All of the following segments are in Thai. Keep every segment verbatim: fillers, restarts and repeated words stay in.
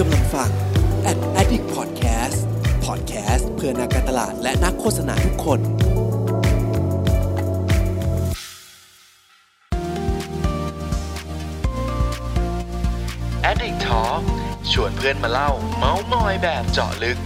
กำลังฟัง Ad Addict Podcast Podcast เพื่อนักการตลาดและนักโฆษณาทุกคน Addict Talk ชวนเพื่อนมาเล่าเม้าท์มอยแบบเจาะลึก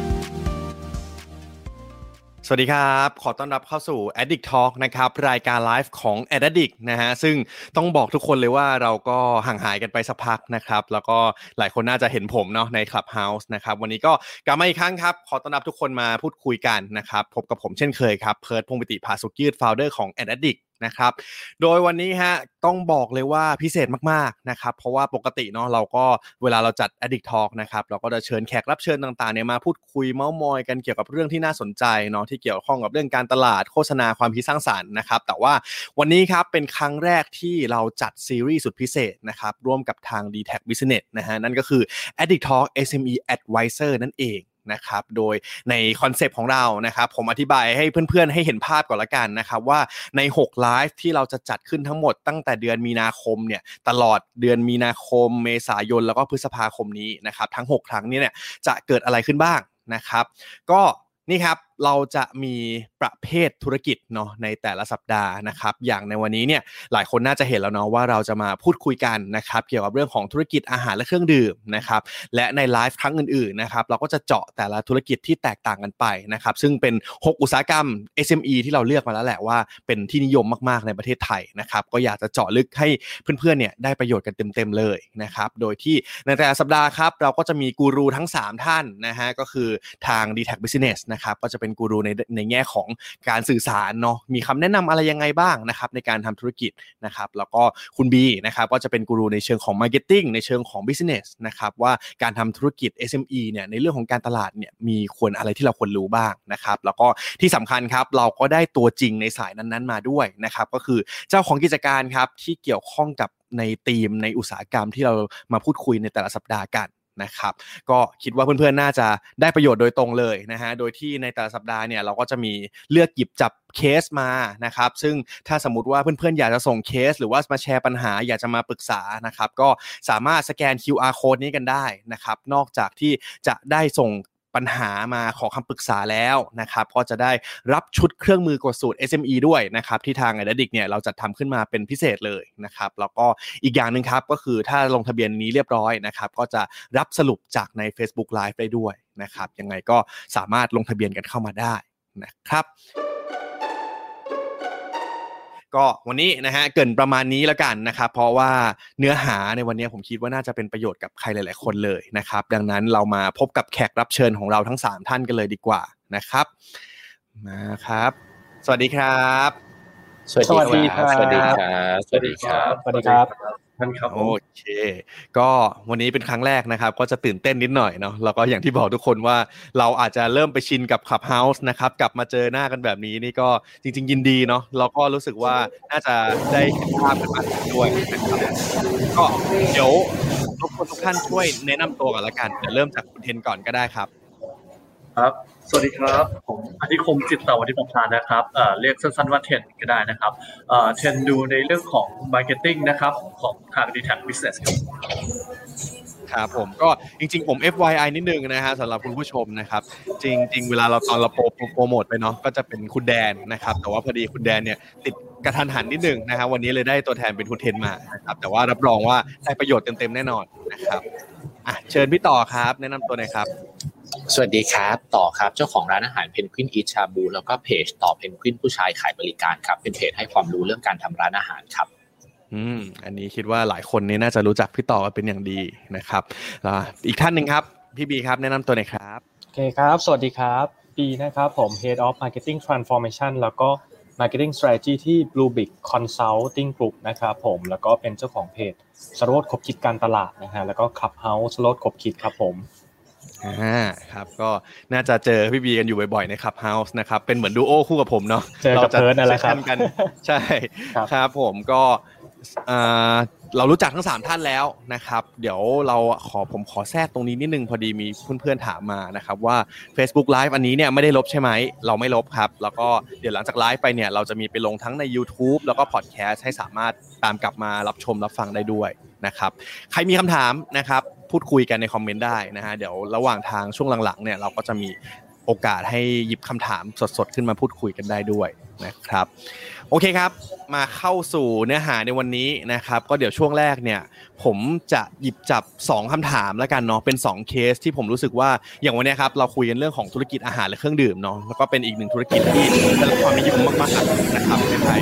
สวัสดีครับขอต้อนรับเข้าสู่ Addict Talk นะครับรายการไลฟ์ของ Addict นะฮะซึ่งต้องบอกทุกคนเลยว่าเราก็ห่างหายกันไปสักพักนะครับแล้วก็หลายคนน่าจะเห็นผมเนาะใน Clubhouse นะครับวันนี้ก็กลับมาอีกครั้งครับขอต้อนรับทุกคนมาพูดคุยกันนะครับพบกับผมเช่นเคยครับเพิร์ทพงษ์ปิติภาสุขยืด Founder ของ Addictนะครับโดยวันนี้ฮะต้องบอกเลยว่าพิเศษมากๆนะครับเพราะว่าปกติเนาะเราก็เวลาเราจัด Addict Talk นะครับเราก็จะเชิญแขกรับเชิญต่างๆเนี่ยมาพูดคุยเม้ามอยกันเกี่ยวกับเรื่องที่น่าสนใจเนาะที่เกี่ยวข้องกับเรื่องการตลาดโฆษณาความคิดสร้างสรรค์นะครับแต่ว่าวันนี้ครับเป็นครั้งแรกที่เราจัดซีรีส์สุดพิเศษนะครับร่วมกับทาง ดี แท็ก Business นะฮะนั่นก็คือ Addict Talk เอส เอ็ม อี Advisor นั่นเองนะครับโดยในคอนเซปต์ของเรานะครับผมอธิบายให้เพื่อนๆให้เห็นภาพก่อนละกันนะครับว่าในหกไลฟ์ที่เราจะจัดขึ้นทั้งหมดตั้งแต่เดือนมีนาคมเนี่ยตลอดเดือนมีนาคมเมษายนแล้วก็พฤษภาคมนี้นะครับทั้งหกครั้งนี้เนี่ยจะเกิดอะไรขึ้นบ้างนะครับก็นี่ครับเราจะมีประเภทธุรกิจเนาะในแต่ละสัปดาห์นะครับอย่างในวันนี้เนี่ยหลายคนน่าจะเห็นแล้วเนาะว่าเราจะมาพูดคุยกันนะครับเกี่ยวกับเรื่องของธุรกิจอาหารและเครื่องดื่มนะครับและในไลฟ์ครั้งอื่นๆนะครับเราก็จะเจาะแต่ละธุรกิจที่แตกต่างกันไปนะครับซึ่งเป็นหกอุตสาหกรรม เอส เอ็ม อี ที่เราเลือกมาแล้วแหละว่าเป็นที่นิยมมากๆในประเทศไทยนะครับก็อยากจะเจาะลึกให้เพื่อนๆเนี่ยได้ประโยชน์กันเต็มๆเลยนะครับโดยที่ในแต่ละสัปดาห์ครับเราก็จะมีกูรูทั้งสามท่านนะฮะก็คือทาง ดี แท็ก Business นะครับก็จะเป็นกูรูในในแง่ของการสื่อสารเนาะมีคำแนะนำอะไรยังไงบ้างนะครับในการทำธุรกิจนะครับแล้วก็คุณบีนะครับก็จะเป็นกูรูในเชิงของ Marketing ในเชิงของ Business นะครับว่าการทำธุรกิจ เอส เอ็ม อี เนี่ยในเรื่องของการตลาดเนี่ยมีควรอะไรที่เราควรรู้บ้างนะครับแล้วก็ที่สำคัญครับเราก็ได้ตัวจริงในสายนั้นๆมาด้วยนะครับก็คือเจ้าของกิจการครับที่เกี่ยวข้องกับในทีมในอุตสาหกรรมที่เรามาพูดคุยในแต่ละสัปดาห์กันนะครับก็คิดว่าเพื่อนๆน่าจะได้ประโยชน์โดยตรงเลยนะฮะโดยที่ในแต่ละสัปดาห์เนี่ยเราก็จะมีเลือกหยิบจับเคสมานะครับซึ่งถ้าสมมุติว่าเพื่อนๆอยากจะส่งเคสหรือว่ามาแชร์ปัญหาอยากจะมาปรึกษานะครับก็สามารถสแกน คิว อาร์ Code นี้กันได้นะครับนอกจากที่จะได้ส่งปัญหามาขอคำปรึกษาแล้วนะครับก็จะได้รับชุดเครื่องมือกดสูตร เอส เอ็ม อี ด้วยนะครับที่ทาง Addict เนี่ยเราจัดทำขึ้นมาเป็นพิเศษเลยนะครับแล้วก็อีกอย่างนึงครับก็คือถ้าลงทะเบียนนี้เรียบร้อยนะครับก็จะรับสรุปจากใน Facebook Live ได้ด้วยนะครับยังไงก็สามารถลงทะเบียนกันเข้ามาได้นะครับก็วันนี้นะฮะเกริ่นประมาณนี้แล้วกันนะครับเพราะว่าเนื้อหาในวันนี้ผมคิดว่าน่าจะเป็นประโยชน์กับใครหลายๆคนเลยนะครับดังนั้นเรามาพบกับแขกรับเชิญของเราทั้งสามท่านกันเลยดีกว่านะครับมาครับสวัสดีครับสวัสดีครับสวัสดีครับสวัสดีครับสวัสดีครับท่านครับโอเคก็วันนี้เป็นครั้งแรกนะครับก็จะตื่นเต้นนิดหน่อยเนาะแล้วก็อย่างที่บอกทุกคนว่าเราอาจจะเริ่มไปชินกับ Clubhouse นะครับกลับมาเจอหน้ากันแบบนี้นี่ก็จริงๆยินดีเนาะเราก็รู้สึกว่าน่าจะได้เห็นภาพกันมากขึ้นด้วยนะครับก็เดี๋ยวทุกคนทุกท่านช่วยแนะนำตัวกันละกันเดี๋ยวเริ่มจากคุณเทนก่อนก็ได้ครับครับสวัสดีครับผมอธิคมจิตตวัฒนประภานะครับเอ่อเรียกสั้นๆว่าเทนก็ได้นะครับเอ่อเทนดูในเรื่องของ marketing นะครับของทาง ดี แท็ก Business ครับครับผมก็จริงๆผม เอฟ วาย ไอ นิดนึงนะฮะสำหรับคุณผู้ชมนะครับจริงๆเวลาเราตอนเราโปรโปรโมทไปเนาะก็จะเป็นคุณแดนนะครับแต่ว่าพอดีคุณแดนเนี่ยติดกระทันหันนิดนึงนะฮะวันนี้เลยได้ตัวแทนเป็นคุณเทนมานะครับแต่ว่ารับรองว่าได้ประโยชน์เต็มๆแน่นอนนะครับอ่ะเชิญพี่ต่อครับแนะนำตัวหน่อยครับสวัสดีครับต่อครับเจ้าของร้านอาหารเพนกวินอีทชาบูแล้วก็เพจต่อเพนกวินผู้ชายขายบริการครับเป็นเพจให้ความรู้เรื่องการทำร้านอาหารครับอืมอันนี้คิดว่าหลายคนนี่น่าจะรู้จักพี่ต่อเป็นอย่างดีนะครับอีกท่านนึงครับพี่บีครับแนะนำตัวหน่อยครับโอเคครับสวัสดีครับบีนะครับผม Head of Marketing Transformation แล้วก็ Marketing Strategy ที่ Bluebic Consulting Group นะครับผมแล้วก็เป็นเจ้าของเพจสโรจน์คบคิดการตลาดนะฮะแล้วก็ Clubhouse สโรจน์คบคิดครับผมอ่าครับก็น่าจะเจอพี่บีกันอยู่บ่อยๆใน Clubhouse นะครับเป็นเหมือนดูโอคู่กับผมเนาะเราจะเพิร์ทนั่นแหละครับกันใช่ครับผมก็อ่าเรารู้จักทั้งสามท่านแล้วนะครับเดี๋ยวเราขอผมขอแทรกตรงนี้นิดนึงพอดีมีเพื่อนๆถามมานะครับว่า Facebook Live อันนี้เนี่ยไม่ได้ลบใช่ไหมเราไม่ลบครับแล้วก็เดี๋ยวหลังจากไลฟ์ไปเนี่ยเราจะมีไปลงทั้งใน YouTube แล้วก็ Podcast ให้สามารถตามกลับมารับชมรับฟังได้ด้วยนะครับใครมีคำถามนะครับพูดคุยกันในคอมเมนต์ได้นะฮะเดี๋ยวระหว่างทางช่วงหลังๆเนี่ยเราก็จะมีโอกาสให้หยิบคำถามสดๆขึ้นมาพูดคุยกันได้ด้วยนะครับโอเคครับมาเข้าสู่เนื้อหาในวันนี้นะครับก็เดี๋ยวช่วงแรกเนี่ยผมจะหยิบจับสองคำถามแล้วกันเนาะเป็นสองเคสที่ผมรู้สึกว่าอย่างวันนี้ครับเราคุยกันเรื่องของธุรกิจอาหารและเครื่องดื่มเนาะแล้วก็เป็นอีกหนึ่งธุรกิจที่ได้รับความนิยมมากๆนะครับในไทย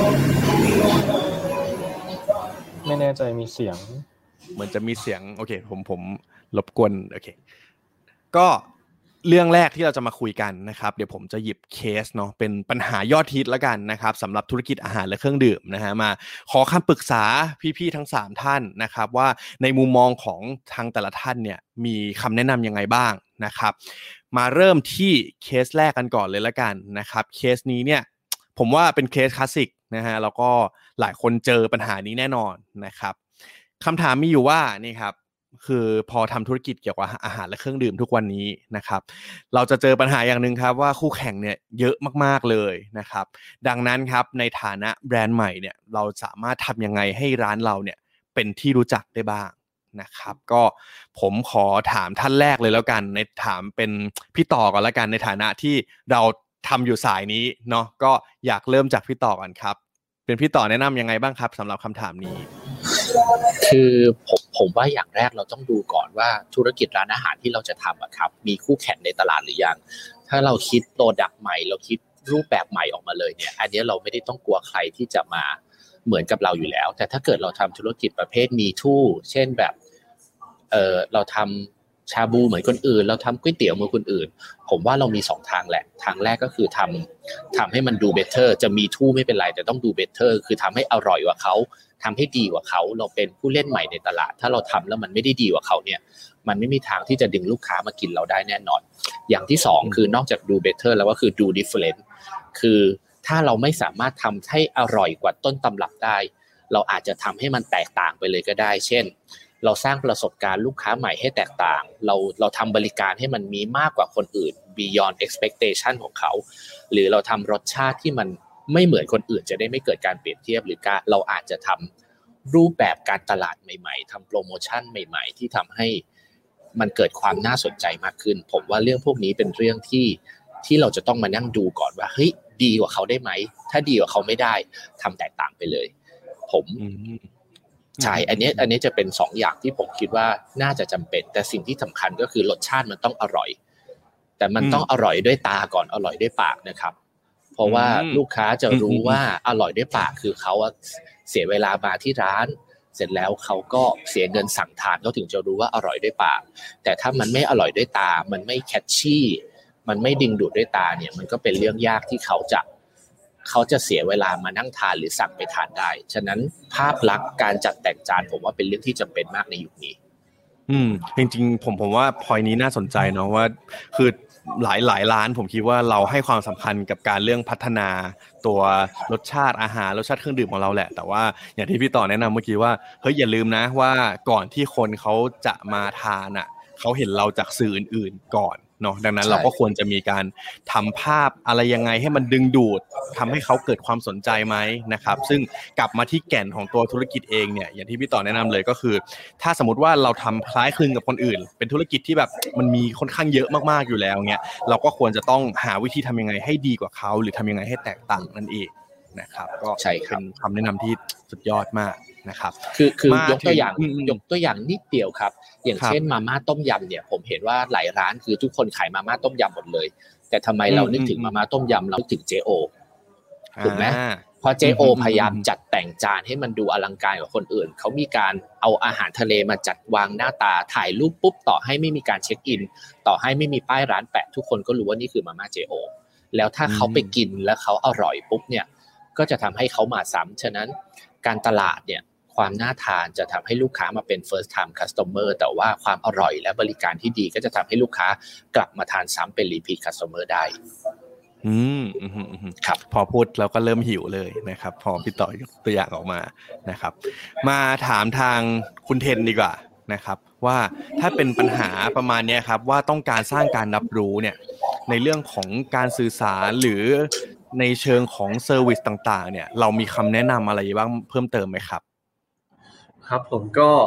ไม่แน่ใจมีเสียงเหมือนจะมีเสียงโอเคผมผมรบกวนโอเคก็เรื่องแรกที่เราจะมาคุยกันนะครับเดี๋ยวผมจะหยิบเคสเนาะเป็นปัญหายอดฮิตแล้วกันนะครับสำหรับธุรกิจอาหารและเครื่องดื่มนะฮะมาขอคำปรึกษาพี่ๆทั้งสามท่านนะครับว่าในมุมมองของทางแต่ละท่านเนี่ยมีคำแนะนำยังไงบ้างนะครับมาเริ่มที่เคสแรกกันก่อนเลยละกันนะครับเคสนี้เนี่ยผมว่าเป็นเคสคลาสสิกนะฮะแล้วก็หลายคนเจอปัญหานี้แน่นอนนะครับคำถามมีอยู่ว่านี่ครับคือพอทำธุรกิจเกี่ยวกับอาหารและเครื่องดื่มทุกวันนี้นะครับเราจะเจอปัญหาอย่างนึงครับว่าคู่แข่งเนี่ยเยอะมากๆเลยนะครับดังนั้นครับในฐานะแบรนด์ใหม่เนี่ยเราสามารถทำยังไงให้ร้านเราเนี่ยเป็นที่รู้จักได้บ้างนะครับก็ผมขอถามท่านแรกเลยแล้วกันในถามเป็นพี่ต่อก่อนแล้วกันในฐานะที่เราทำอยู่สายนี้เนาะก็อยากเริ่มจากพี่ต่อก่อนครับเป็นพี่ต่อแนะนำยังไงบ้างครับสำหรับคำถามนี้คือผมผมว่าอย่างแรกเราต้องดูก่อนว่าธุรกิจร้านอาหารที่เราจะทำอะครับมีคู่แข่งในตลาดหรือยังถ้าเราคิดโปรดักต์ใหม่เราคิดรูปแบบใหม่ออกมาเลยเนี่ยอันนี้เราไม่ได้ต้องกลัวใครที่จะมาเหมือนกับเราอยู่แล้วแต่ถ้าเกิดเราทำธุรกิจประเภทมีทู่เช่นแบบเออเราทำชาบูเหมือนคนอื่นเราทำก๋วยเตี๋ยวเหมือนคนอื่นผมว่าเรามีสองทางแหละทางแรกก็คือทำทำให้มันดูเบเตอร์จะมีทู่ไม่เป็นไรแต่ต้องดูเบเตอร์คือทำให้อร่อยกว่าเขาทำให้ดีกว่าเขาเราเป็นผู้เล่นใหม่ในตลาดถ้าเราทำแล้วมันไม่ได้ดีกว่าเขาเนี่ยมันไม่มีทางที่จะดึงลูกค้ามากินเราได้แน่นอนอย่างที่สองคือนอกจากดู better แล้วก็คือดู different คือถ้าเราไม่สามารถทำให้อร่อยกว่าต้นตำรับได้เราอาจจะทำให้มันแตกต่างไปเลยก็ได้เช่นเราสร้างประสบการณ์ลูกค้าใหม่ให้แตกต่างเราเราทำบริการให้มันมีมากกว่าคนอื่น beyond expectation ของเขาหรือเราทำรสชาติที่มันไม่เหมือนคนอื่นจะได้ไม่เกิดการเปรียบเทียบหรือการเราอาจจะทำรูปแบบการตลาดใหม่ๆทำโปรโมชั่นใหม่ๆที่ทำให้มันเกิดความน่าสนใจมากขึ้นผมว่าเรื่องพวกนี้เป็นเรื่องที่ที่เราจะต้องมานั่งดูก่อนว่าเฮ้ยดีกว่าเขาได้ไหมถ้าดีกว่าเขาไม่ได้ทำแตกต่างไปเลยผมใช่อันนี้อันนี้จะเป็นสองอย่างที่ผมคิดว่าน่าจะจำเป็นแต่สิ่งที่สำคัญก็คือรสชาติมันต้องอร่อยแต่มันต้องอร่อยด้วยตาก่อนอร่อยด้วยปากนะครับเพราะว่าลูกค้าจะรู้ว่าอร่อยด้วยปากคือเขาเสียเวลามาที่ร้านเสร็จแล้วเขาก็เสียเงินสั่งทานเขาถึงจะรู้ว่าอร่อยด้วยปากแต่ถ้ามันไม่อร่อยด้วยตามันไม่แคชชี่มันไม่ดึงดูดด้วยตาเนี่ยมันก็เป็นเรื่องยากที่เขาจะเขาจะเสียเวลามานั่งทานหรือสั่งไปทานได้ฉะนั้นภาพลักษณ์การจัดแต่งจานผมว่าเป็นเรื่องที่จำเป็นมากในยุคนี้อืมจริงๆผมผมว่าพอยนี้น่าสนใจเนาะว่าคือหลายหลายร้านผมคิดว่าเราให้ความสำคัญกับการเรื่องพัฒนาตัวรสชาติอาหารรสชาติเครื่องดื่มของเราแหละแต่ว่าอย่างที่พี่ต่อแนะนำเมื่อกี้ว่าเฮ้ยอย่าลืมนะว่าก่อนที่คนเขาจะมาทานอ่ะเขาเห็นเราจากสื่ออื่นๆก่อนเนาะดังนั้นเราก็ควรจะมีการทำภาพอะไรยังไงให้มันดึงดูดทำให้เขาเกิดความสนใจไหมนะครับซึ่งกลับมาที่แก่นของตัวธุรกิจเองเนี่ยอย่างที่พี่ต่อแนะนำเลยก็คือถ้าสมมติว่าเราทำคล้ายคลึงกับคนอื่นเป็นธุรกิจที่แบบมันมีค่อนข้างเยอะมากๆอยู่แล้วเนี่ยเราก็ควรจะต้องหาวิธีทำยังไงให้ดีกว่าเขาหรือทำยังไงให้แตกต่างนั่นเองนะครับก็เป็นคำแนะนำที่สุดยอดมากนะครับคือคือยกตัวอย่างยกตัวอย่างนิดเดียวครับอย่างเช่นมาม่าต้มยำเนี่ยผมเห็นว่าหลายร้านคือทุกคนขายมาม่าต้มยำหมดเลยแต่ทำไมเรานึกถึงมาม่าต้มยำเรานึกถึง เจ โอ ถูกไหมพอ เจ โอ พยายามจัดแต่งจานให้มันดูอลังการกว่าคนอื่นเขามีการเอาอาหารทะเลมาจัดวางหน้าตาถ่ายรูปปุ๊บต่อให้ไม่มีการเช็คอินต่อให้ไม่มีป้ายร้านแปะทุกคนก็รู้ว่านี่คือมาม่า เจ โอ แล้วถ้าเขาไปกินแล้วเขาอร่อยปุ๊บเนี่ยก็จะทำให้เขามาซ้ำฉะนั้นการตลาดเนี่ยความน่าทานจะทำให้ลูกค้ามาเป็น first time customer แต่ว่าความอร่อยและบริการที่ดีก็จะทำให้ลูกค้ากลับมาทานซ้ำเป็น repeat customer ได้อืมอืมอืมครับพอพูดเราก็เริ่มหิวเลยนะครับพอพี่ต่อยกตัวอย่างออกมานะครับมาถามทางคุณเทนดีกว่านะครับว่าถ้าเป็นปัญหาประมาณนี้ครับว่าต้องการสร้างการรับรู้เนี่ยในเรื่องของการสื่อสารหรือในเชิงของเซอร์วิสต่างๆเนี่ยเรามีคำแนะนำอะไรบ้างเพิ่มเติมไหมครับครับผมก็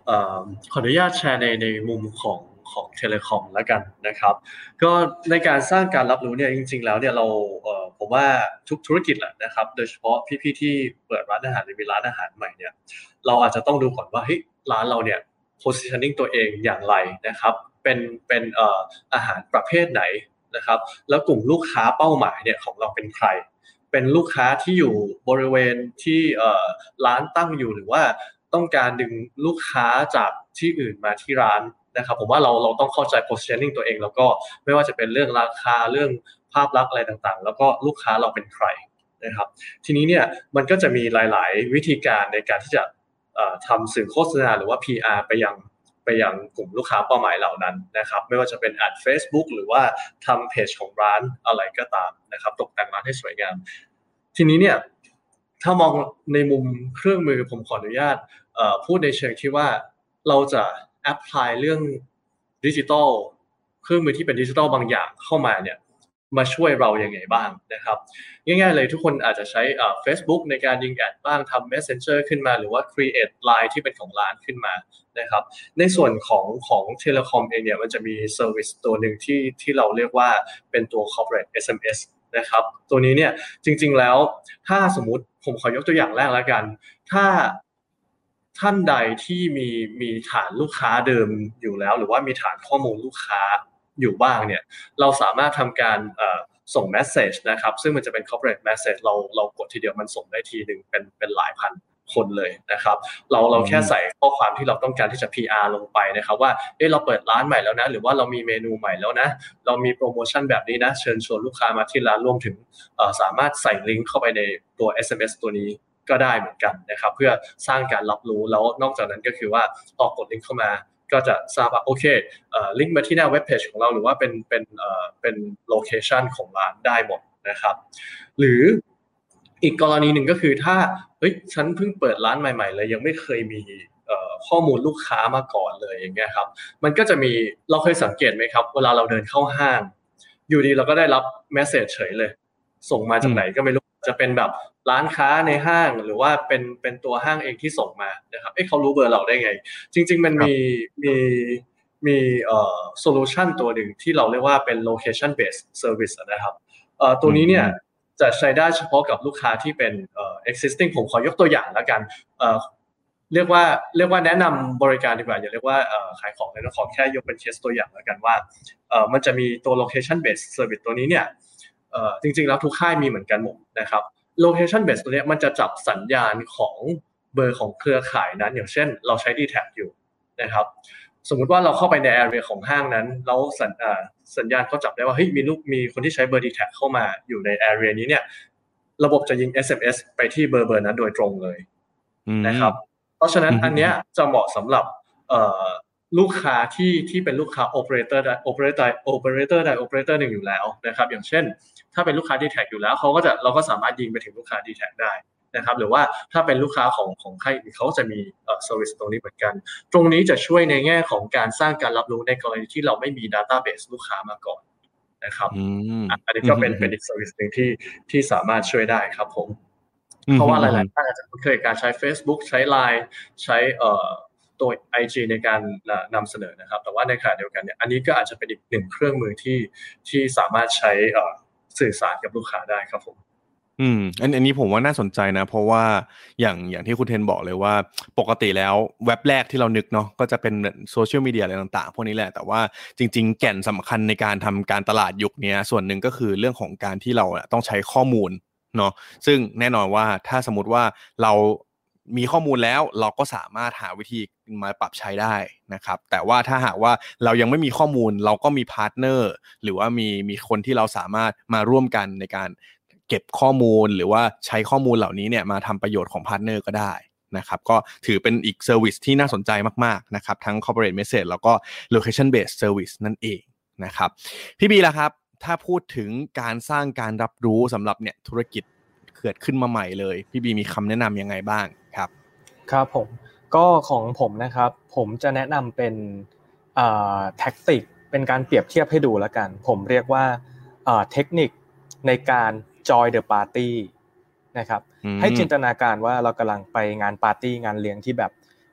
เอ่อขออนุญาตแชร์ในในมุมของของเทเลคอมแล้วกันนะครับก็ในการสร้างการรับรู้เนี่ยจริงๆแล้วเนี่ยเราเอ่อผมว่าทุกธุรกิจแหละนะครับโดยเฉพาะพี่ๆที่เปิดร้านอาหารหรือมีร้านอาหารใหม่เนี่ยเราอาจจะต้องดูก่อนว่าเฮ้ยร้านเราเนี่ย positioning ตัวเองอย่างไรนะครับเป็นเป็นเอ่ออาหารประเภทไหนนะครับแล้วกลุ่มลูกค้าเป้าหมายเนี่ยของเราเป็นใครเป็นลูกค้าที่อยู่บริเวณที่เอ่อร้านตั้งอยู่หรือว่าต้องการดึงลูกค้าจากที่อื่นมาที่ร้านนะครับผมว่าเราเราต้องเข้าใจ positioning ตัวเองแล้วก็ไม่ว่าจะเป็นเรื่องราคาเรื่องภาพลักษณ์อะไรต่างๆแล้วก็ลูกค้าเราเป็นใครนะครับทีนี้เนี่ยมันก็จะมีหลายๆวิธีการในการที่จะเอ่อทำสื่อโฆษณาหรือว่า พี อาร์ ไปยังไปยังกลุ่มลูกค้าเป้าหมายเหล่านั้นนะครับไม่ว่าจะเป็นแอด Facebook หรือว่าทำเพจของร้านอะไรก็ตามนะครับตกแต่งร้านให้สวยงามทีนี้เนี่ยถ้ามองในมุมเครื่องมือผมขออนุญาตเอ่อพูดในเชิงที่ว่าเราจะแอพพลายเรื่องดิจิทัลเครื่องมือที่เป็นดิจิทัลบางอย่างเข้ามาเนี่ยมาช่วยเรายังไงบ้างนะครับง่ายๆเลยทุกคนอาจจะใช้เอ่อ Facebook ในการยิงแอดบ้างทำ Messenger ขึ้นมาหรือว่า create ไลน์ ที่เป็นของร้านขึ้นมานะครับในส่วนของของ Telecom เองเนี่ยมันจะมี service ตัวหนึ่งที่ที่เราเรียกว่าเป็นตัว corporate เอส เอ็ม เอส นะครับตัวนี้เนี่ยจริงๆแล้วถ้าสมมุติผมขอยกตัวอย่างแรกแล้วกันถ้าท่านใดที่มีมีฐานลูกค้าเดิมอยู่แล้วหรือว่ามีฐานข้อมูลลูกค้าอยู่บ้างเนี่ยเราสามารถทำการเอ่อส่ง message นะครับซึ่งมันจะเป็น corporate message เราเรากดทีเดียวมันส่งได้ทีนึงเป็นเป็นหลายพันคนเลยนะครับเราเราแค่ใส่ข้อความที่เราต้องการที่จะ พี อาร์ ลงไปนะครับว่าเอ๊ะเราเปิดร้านใหม่แล้วนะหรือว่าเรามีเมนูใหม่แล้วนะเรามีโปรโมชั่นแบบนี้นะเชิญชวนลูกค้ามาที่ร้านรวมถึงเอ่อสามารถใส่ลิงก์เข้าไปในตัว เอส เอ็ม เอส ตัวนี้ก็ได้เหมือนกันนะครับเพื่อสร้างการรับรู้แล้วนอกจากนั้นก็คือว่าพอกดลิงก์เข้ามาก็จะทราบว่าโอเคเอ่อลิงก์มาที่หน้าเว็บเพจของเราหรือว่าเป็นเป็นเอ่อเป็นโลเคชันของร้านได้หมดนะครับหรืออีกกรณีหนึ่งก็คือถ้าเฮ้ยฉันเพิ่งเปิดร้านใหม่ๆเลยยังไม่เคยมีเอ่อข้อมูลลูกค้ามาก่อนเลยอย่างเงี้ยครับมันก็จะมีเราเคยสังเกตไหมครับเวลาเราเดินเข้าห้างอยู่ดีเราก็ได้รับเมสเสจเฉยเลยส่งมาจากไหนก็ไม่รู้จะเป็นแบบร้านค้าในห้างหรือว่าเป็นเป็นตัวห้างเองที่ส่งมานะครับเอ๊ะเขารู้เบอร์เราได้ไงจริงๆมันมีมีมีเอ่อโซลูชันตัวหนึ่งที่เราเรียกว่าเป็น location based service นะครับเอ่อตัวนี้เนี่ยจะใช้ได้เฉพาะกับลูกค้าที่เป็นเอ่อ existing ผมขอยกตัวอย่างแล้วกันเอ่อเรียกว่าเรียกว่าแนะนำบริการดีกว่าอย่าเรียกว่าเอ่อขายของเลยนะขอแค่ยกเป็นเคสตัวอย่างแล้วกันว่าเอ่อมันจะมีตัว location based service ตัวนี้เนี่ยเอ่อจริงๆแล้วทุกค่ายมีเหมือนกันหมดนะครับ location based ตัวนี้มันจะจับสัญญาณของเบอร์ของเครือข่ายนั้นอย่างเช่นเราใช้ ดี แท็ก อยู่นะครับสมมุติว่าเราเข้าไปใน area ของห้างนั้นแล้วสัญอ่าสัญญาณเขาจับได้ว่าเฮ้ยมีลูกมีคนที่ใช้เบอร์ ดี แท็ก เข้ามาอยู่ใน area นี้เนี่ยระบบจะยิง เอส เอ็ม เอส ไปที่เบอร์เบอร์นั้นโดยตรงเลยนะครับเพราะฉะนั้นอันเนี้ยจะเหมาะสำหรับเอ่อลูกค้าที่ที่เป็นลูกค้า operator ได้ operator operator ได้ operator หนึ่งอยู่แล้วนะครับอย่างเช่นถ้าเป็นลูกค้า ดี แท็ก อยู่แล้วเขาก็จะเราก็สามารถยิงไปถึงลูกค้า ดี แท็ก ได้นะครับหรือว่าถ้าเป็นลูกค้าของของใครเขาจะมีเอ่อ service ตรงนี้เหมือนกันตรงนี้จะช่วยในแง่ของการสร้างการรับรู้ในกรณีที่เราไม่มี database ลูกค้ามาก่อนนะครับอันนี้ก็เป็นเป็นอีก service นึงที่ที่สามารถช่วยได้ครับผมเพราะว่าหลายๆท่านอาจจะเคยการใช้ Facebook ใช้ ไลน์ ใช้เอ่อตัว ไอ จี ในการนำเสนอนะครับแต่ว่าในขณะเดียวกันเนี่ยอันนี้ก็อาจจะเป็นอีกหนึ่งเครื่องมือที่ที่สามารถใช้เอ่อสื่อสารกับลูกค้าได้ครับผมอืมอันอันนี้ผมว่าน่าสนใจนะเพราะว่าอย่างอย่างที่คุณเทนบอกเลยว่าปกติแล้วเว็บแรกที่เรานึกเนาะก็จะเป็นโซเชียลมีเดียอะไรต่างๆพวกนี้แหละแต่ว่าจริงๆแก่นสำคัญในการทำการตลาดยุคนี้ส่วนหนึ่งก็คือเรื่องของการที่เราต้องใช้ข้อมูลเนาะซึ่งแน่นอนว่าถ้าสมมติว่าเรามีข้อมูลแล้วเราก็สามารถหาวิธีมาปรับใช้ได้นะครับแต่ว่าถ้าหากว่าเรายังไม่มีข้อมูลเราก็มีพาร์ทเนอร์หรือว่ามีมีคนที่เราสามารถมาร่วมกันในการเก็บข้อมูลหรือว่าใช้ข้อมูลเหล่านี้เนี่ยมาทำประโยชน์ของพาร์ทเนอร์ก็ได้นะครับก็ถือเป็นอีกเซอร์วิสที่น่าสนใจมากๆนะครับทั้ง corporate message แล้วก็ location based service นั่นเองนะครับพี่บีล่ะครับถ้าพูดถึงการสร้างการรับรู้สำหรับเนี่ยธุรกิจเกิดขึ้นมาใหม่เลยพี่บีมีคำแนะนำยังไงบ้างครับครับผมก็ของผมนะครับผมจะแนะนำเป็นอ่าแท็กติกเป็นการเปรียบเทียบให้ดูแล้วกันผมเรียกว่าอ่าเทคนิคในการ join the party นะครับให้จินตนาการว่าเรากำลังไปงานปาร์ตี้งานเลี้ยงที่แบบ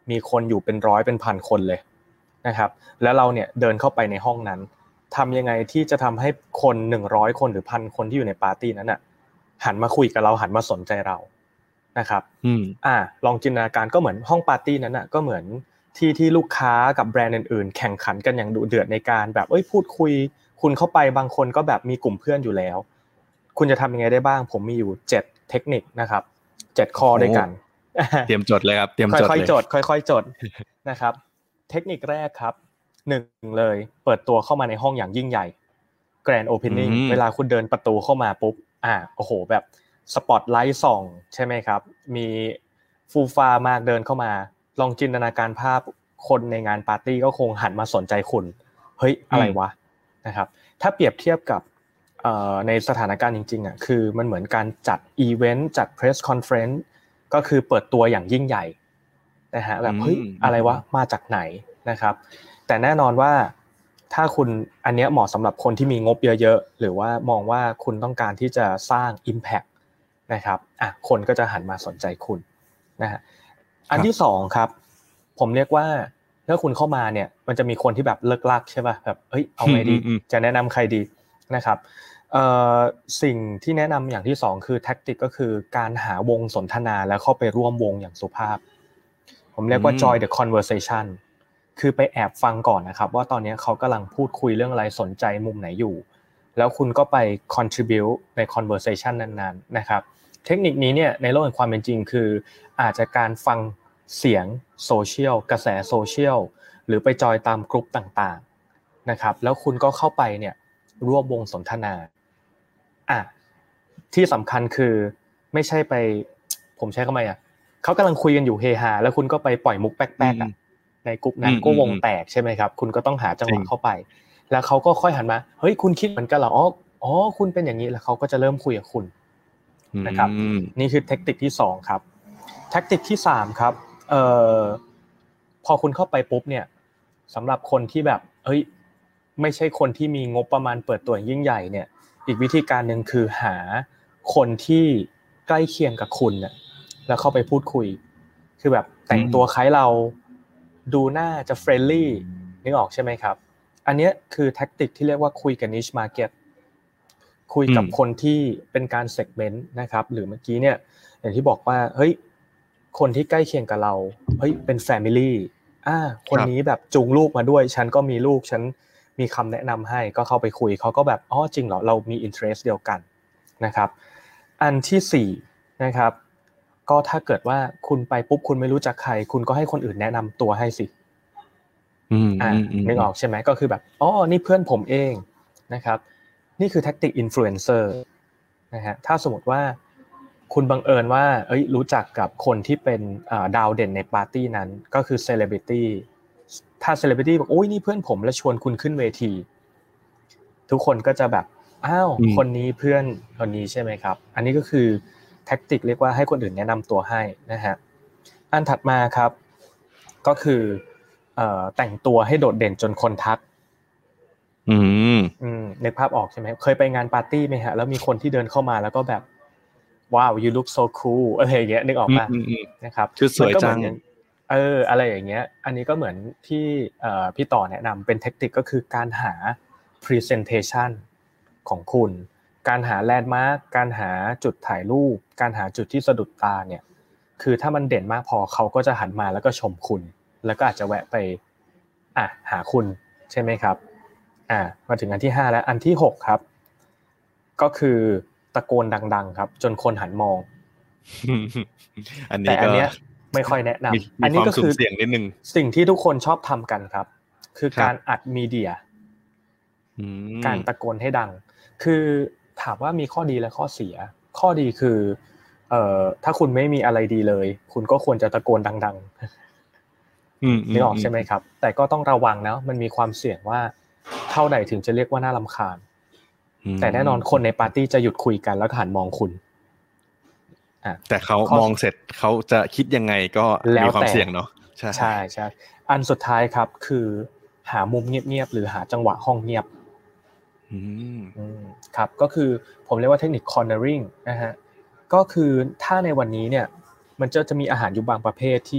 มีคนอยู่เป็นร้อยเป็นพันคนเลยนะครับแล้วเราเนี่ยเดินเข้าไปในห้องนั้นทำยังไงที่จะทำให้คนหนึ่งร้อยคนหรือพันคนที่อยู่ในปาร์ตี้นั้นน่ะหันมาคุยกับเราหันมาสนใจเรานะครับอืมอ่าลองจินตนาการก็เหมือนห้องปาร์ตี้นั้นน่ะก็เหมือนที่ที่ลูกค้ากับแบรนด์อื่นๆแข่งขันกันอย่างดุเดือดในการแบบเอ้ยพูดคุยคุณเข้าไปบางคนก็แบบมีกลุ่มเพื่อนอยู่แล้วคุณจะทำยังไงได้บ้างผมมีอยู่เจ็ดเทคนิคนะครับเจ็ดข้อด้วยกันเตรียมจดเลยครับเตรียมจดเลยค่อยๆจดค่อยๆจดนะครับเทคนิคแรกครับหนึ่งเลยเปิดตัวเข้ามาในห้องอย่างยิ่งใหญ่ Grand Opening เวลาคุณเดินประตูเข้ามาปุ๊บอ่าโอ้โหแบบสปอตไลท์ส่องใช่ไหมครับมีฟูฟ้ามากเดินเข้ามาลองจินตนาการภาพคนในงานปาร์ตี้ก็คงหันมาสนใจคุณเฮ้ยอะไรวะนะครับถ้าเปรียบเทียบกับเอ่อในสถานการณ์จริงๆอ่ะคือมันเหมือนการจัดอีเวนต์จัดเพรสคอนเฟอเรนซ์ก็คือเปิดตัวอย่างยิ่งใหญ่นะฮะแบบเฮ้ยอะไรวะมาจากไหนนะครับแต่แน่นอนว่าถ้าคุณอันเนี้ยเหมาะสำหรับคนที่มีงบเยอะๆหรือว่ามองว่าคุณต้องการที่จะสร้าง impact นะครับอ่ะคนก็จะหันมาสนใจคุณนะฮะอันที่สองครับผมเรียกว่าถ้าคุณเข้ามาเนี่ยมันจะมีคนที่แบบเลิกลักใช่ป่ะแบบเอ้ยเอาไงดีจะแนะนำใครดีนะครับเอ่อสิ่งที่แนะนำอย่างที่สองคือแท็กติกก็คือการหาวงสนทนาแล้วเข้าไปร่วมวงอย่างสุภาพผมเรียกว่า join the conversation คือไปแอบฟังก่อนนะครับว่าตอนนี้เขากำลังพูดคุยเรื่องอะไรสนใจมุมไหนอยู่แล้วคุณก็ไป contribute ใน conversation นั้นๆนะครับเทคนิคนี้เนี่ยในโลกแห่งความเป็นจริงคืออาจจะการฟังเสียงโซเชียลกระแสโซเชียลหรือไปจอยตามกลุ่มต่างๆนะครับแล้วคุณก็เข้าไปเนี่ยร่วมวงสนทนาอ่ะที่สำคัญคือไม่ใช่ไปผมใช้คำว่าอ่ะเขากำลังคุยกันอยู่เฮฮาแล้วคุณก็ไปปล่อยมุกแป๊กๆอ่ะในกลุ่มนั้นก็วงแตกใช่ไหมครับคุณก็ต้องหาจังหวะเข้าไปแล้วเขาก็ค่อยหันมาเฮ้ยคุณคิดเหมือนกันเหรออ๋ออ๋อคุณเป็นอย่างนี้แล้วเขาก็จะเริ่มคุยกับคุณนะครับนี่คือเทคนิคที่สองครับแทคติกที่สามครับเอ่อพอคุณเข้าไปปุ๊บเนี่ยสำหรับคนที่แบบเฮ้ยไม่ใช่คนที่มีงบประมาณเปิดตัวยิ่งใหญ่เนี่ยอีกวิธีการนึงคือหาคนที่ใกล้เคียงกับคุณน่ะแล้วเข้าไปพูดคุยคือแบบแต่งตัวคล้ายเราดูน่าจะเฟรนลี่นึกออกใช่ไหมครับอันนี้คือแทคติกที่เรียกว่าคุยกับ niche market คุยกับคนที่เป็นการ segment นะครับหรือเมื่อกี้เนี่ยอย่างที่บอกว่าเฮ้ยคนที่ใกล้เคียงกับเราเฮ้ยเป็น family อ่าคนนี้แบบจูงลูกมาด้วยฉันก็มีลูกฉันมีคำแนะนำให้ก็เข้าไปคุยเขาก็แบบอ๋อจริงเหรอเรามี interest เดียวกันนะครับอันที่สี่นะครับก็ถ้าเกิดว่าคุณไปปุ๊บคุณไม่รู้จักใครคุณก็ให้คนอื่นแนะนำตัวให้สิอืมอ่านึกออกใช่ไหมก็คือแบบอ๋อนี่เพื่อนผมเองนะครับนี่คือแท็กติกอินฟลูเอนเซอร์นะฮะถ้าสมมติว่าคุณบังเอิญว่าเอ้ยรู้จักกับคนที่เป็นอ่าดาวเด่นในปาร์ตี้นั้นก็คือเซเลบริตี้ถ้าเซเลบริตี้บอกโอ้ยนี่เพื่อนผมแล้วชวนคุณขึ้นเวทีทุกคนก็จะแบบอ้าวคนนี้เพื่อนคนนี้ใช่ไหมครับอันนี้ก็คือแท็กติกเรียกว่าให้คนอื่นแนะนำตัวให้นะฮะอันถัดมาครับก็คือเอ่อแต่งตัวให้โดดเด่นจนคนทักอืมอืมนึกภาพออกใช่ไหมเคยไปงานปาร์ตี้ไหมฮะแล้วมีคนที่เดินเข้ามาแล้วก็แบบว้าว you look so cool อะไรอย่างเงี้ยนึกออกป่ะนะครับคือสวยจังเอออะไรอย่างเงี้ยอันนี้ก็เหมือนที่เอ่อพี่ต่อแนะนำเป็นเทคนิคก็คือการหา presentation ของคุณการหาแลนด์มาร์คการหาจุดถ่ายรูปการหาจุดที่สะดุดตาเนี่ยคือถ้ามันเด่นมากพอเขาก็จะหันมาแล้วก็ชมคุณแล้วก็อาจจะแวะไปอ่ะหาคุณใช่ไหมครับอ่ะมาถึงอันที่ห้าแล้วอันที่หกครับก็คือตะโกนดังๆครับจนคนหันมองอันนี้ก็แต่อันเนี้ยไม่ค่อยแนะนำอันนี้ก็คือเสียงนิดนึงสิ่งที่ทุกคนชอบทำกันครับคือการอัดมีเดียการตะโกนให้ดังคือถามว่ามีข้อดีและข้อเสียข้อดีคือเอ่อถ้าคุณไม่มีอะไรดีเลยคุณก็ควรจะตะโกนดังๆอืมนึกออกใช่ไหมครับแต่ก็ต้องระวังนะมันมีความเสี่ยงว่าเท่าไหนถึงจะเรียกว่าน่ารำคาญแต่แน่นอนคนในปาร์ตี้จะหยุดคุยกันแล้วก็หันมองคุณอ่ะแต่เขามองเสร็จเขาจะคิดยังไงก็มีความเสี่ยงเนาะใช่ใช่ใช่อันสุดท้ายครับคือหามุมเงียบๆหรือหาจังหวะห้องเงียบอืมครับก็คือผมเรียกว่าเทคนิค cornering นะฮะก็คือถ้าในวันนี้เนี่ยมันจะจะมีอาหารอยู่บางประเภทที่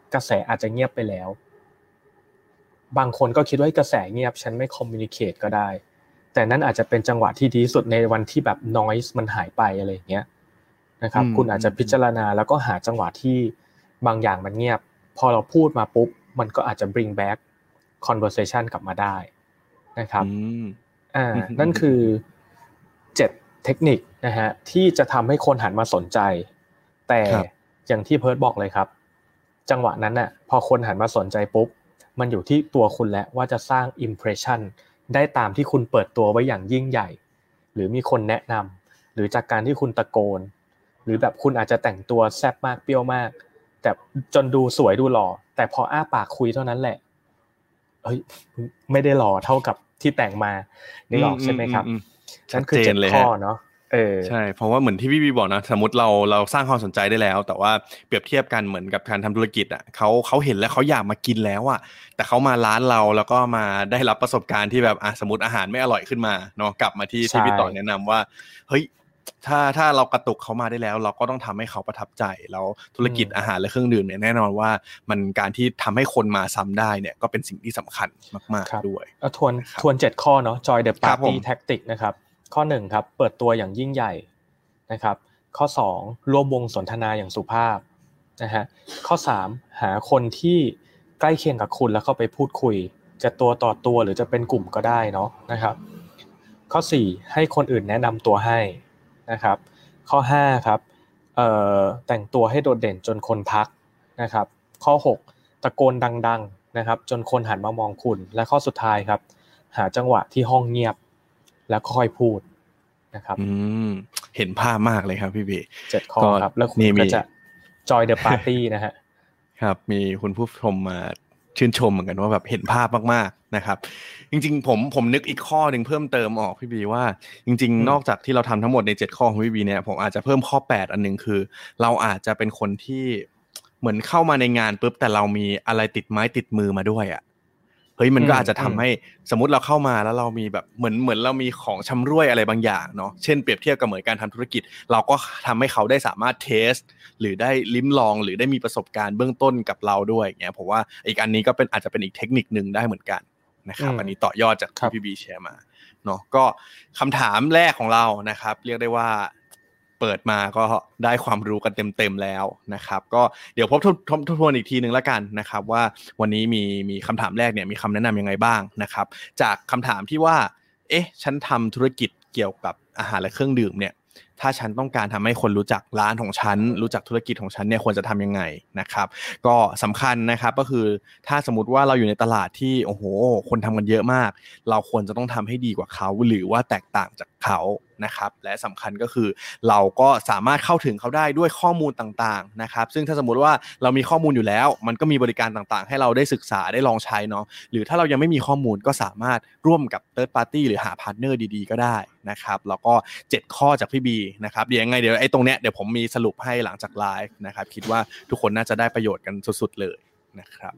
กระแสอาจจะเงียบไปแล้วบางคนก็คิดว่ากระแสเงียบฉันไม่คอมมิวนิเคตก็ได้แต่นั่นอาจจะเป็นจังหวะที่ดีที่สุดในวันที่แบบ noise มันหายไปอะไรอย่างเงี้ยนะครับคุณอาจจะพิจารณาแล้วก็หาจังหวะที่บางอย่างมันเงียบพอเราพูดมาปุ๊บมันก็อาจจะ bring back conversation กลับมาได้นะครับอ่านั่นคือเจ็ดเทคนิคนะฮะที่จะทำให้คนหันมาสนใจแต่อย่างที่เพิร์ทบอกเลยครับจังหวะนั้นน่ะพอคนหันมาสนใจปุ๊บมันอยู่ที่ตัวคุณแล้วว่าจะสร้าง impression ได้ตามที่คุณเปิดตัวไว้อย่างยิ่งใหญ่หรือมีคนแนะนำหรือจากการที่คุณตะโกนหรือแบบคุณอาจจะแต่งตัวแซ่บมากเปรี้ยวมากแต่จนดูสวยดูหล่อแต่พออ้าปากคุยเท่านั้นแหละเฮ้ยไม่ได้หล่อเท่ากับที่แต่งมานี่หรอกใช่ไหมครับนั่นคือเจ็ดข้อเนาะเออใช่เพราะว่าเหมือนที่พี่บีบอกนะสมมติเราเราสร้างความสนใจได้แล้วแต่ว่าเปรียบเทียบกันเหมือนกับการทำธุรกิจอ่ะเขาเขาเห็นแล้วเขาอยากมากินแล้วอ่ะแต่เขามาร้านเราแล้วก็มาได้รับประสบการณ์ที่แบบอ่ะสมมติอาหารไม่อร่อยขึ้นมาเนาะกลับมาที่ที่พี่ต่อแนะนำว่าเฮ้ยถ้าถ้าเรากระตุกเขามาได้แล้วเราก็ต้องทำให้เขาประทับใจแล้วธุรกิจอาหารและเครื่องดื่มเนี่ยแน่นอนว่ามันการที่ทำให้คนมาซ้ำได้เนี่ยก็เป็นสิ่งที่สำคัญมากๆด้วยเอาทวนทวนเจ็ดข้อเนาะ Joy the Party Tactic นะครับข้อหนึ่งครับเปิดตัวอย่างยิ่งใหญ่นะครับข้อสองร่วมวงสนทนาอย่างสุภาพนะฮะข้อสามหาคนที่ใกล้เคียงกับคุณแล้วเข้าไปพูดคุยจะตัวต่อตัวหรือจะเป็นกลุ่มก็ได้เนาะนะครับข้อสี่ให้คนอื่นแนะนำตัวให้นะครับข้อห้าครับเอ่อแต่งตัวให้โดดเด่นจนคนทักนะครับข้อหกตะโกนดังๆนะครับจนคนหันมามองคุณและข้อสุดท้ายครับหาจังหวะที่ห้องเงียบแล้วค่อยพูดนะครับอืมเห็นภาพมากเลยครับพี่บีเจ็ดข้อครับแล้วคุณก็จะ joy the party นะฮะครับมีคุณผู้ชมมาชื่นชมเหมือนกันว่าแบบเห็นภาพมากๆนะครับจริงๆผมผมนึกอีกข้อนึงเพิ่มเติมออกพี่บีว่าจริงๆนอกจากที่เราทำทั้งหมดในเจ็ดข้อของพี่บีเนี่ยผมอาจจะเพิ่มข้อแปดอันนึงคือเราอาจจะเป็นคนที่เหมือนเข้ามาในงานปุ๊บแต่เรามีอะไรติดไม้ติดมือมาด้วยอ่ะเฮ้ยมันก็อาจจะทำให้สมมุติเราเข้ามาแล้วเรามีแบบเหมือนเหมือนเรามีของชำร่วยอะไรบางอย่างเนาะเช่นเปรียบเทียบกับเหมือนการทำธุรกิจเราก็ทำให้เขาได้สามารถเทสหรือได้ลิ้มลองหรือได้มีประสบการณ์เบื้องต้นกับเราด้วยอย่างเงี้ยผมว่าอีกอันนี้ก็เป็นอาจจะเป็นอีกเทคนิคนึงได้เหมือนกันนะครับอันนี้ต่อยอดจากที่พี่บีแชร์มาเนาะก็คำถามแรกของเรานะครับเรียกได้ว่าเปิดมาก็ได้ความรู้กันเต็มๆแล้วนะครับก็เดี๋ยวพบทบทวนอีกทีนึงแล้วกันนะครับว่าวันนี้มีมีคำถามแรกเนี่ยมีคำแนะนำยังไงบ้างนะครับจากคำถามที่ว่าเอ๊ะฉันทำธุรกิจเกี่ยวกับอาหารและเครื่องดื่มเนี่ยถ้าฉันต้องการทำให้คนรู้จักร้านของฉันรู้จักธุรกิจของฉันเนี่ยควรจะทำยังไงนะครับก็สำคัญนะครับก็คือถ้าสมมติว่าเราอยู่ในตลาดที่โอ้โหคนทำกันเยอะมากเราควรจะต้องทำให้ดีกว่าเขาหรือว่าแตกต่างจากเขานะครับและสำคัญก็คือเราก็สามารถเข้าถึงเขาได้ด้วยข้อมูลต่างๆนะครับซึ่งถ้าสมมติว่าเรามีข้อมูลอยู่แล้วมันก็มีบริการต่างๆให้เราได้ศึกษาได้ลองใช้เนาะหรือถ้าเรายังไม่มีข้อมูลก็สามารถร่วมกับ third party หรือหาพาร์ทเนอร์ดีๆก็ได้นะครับแล้วก็เจ็ดข้อจากพี่บีนะครับเดี๋ยวยังไงเดี๋ยวไอ้ตรงเนี้ยเดี๋ยวผมมีสรุปให้หลังจากไลฟ์นะครับคิดว่าทุกคนน่าจะได้ประโยชน์กันสุดๆเลยนะครับ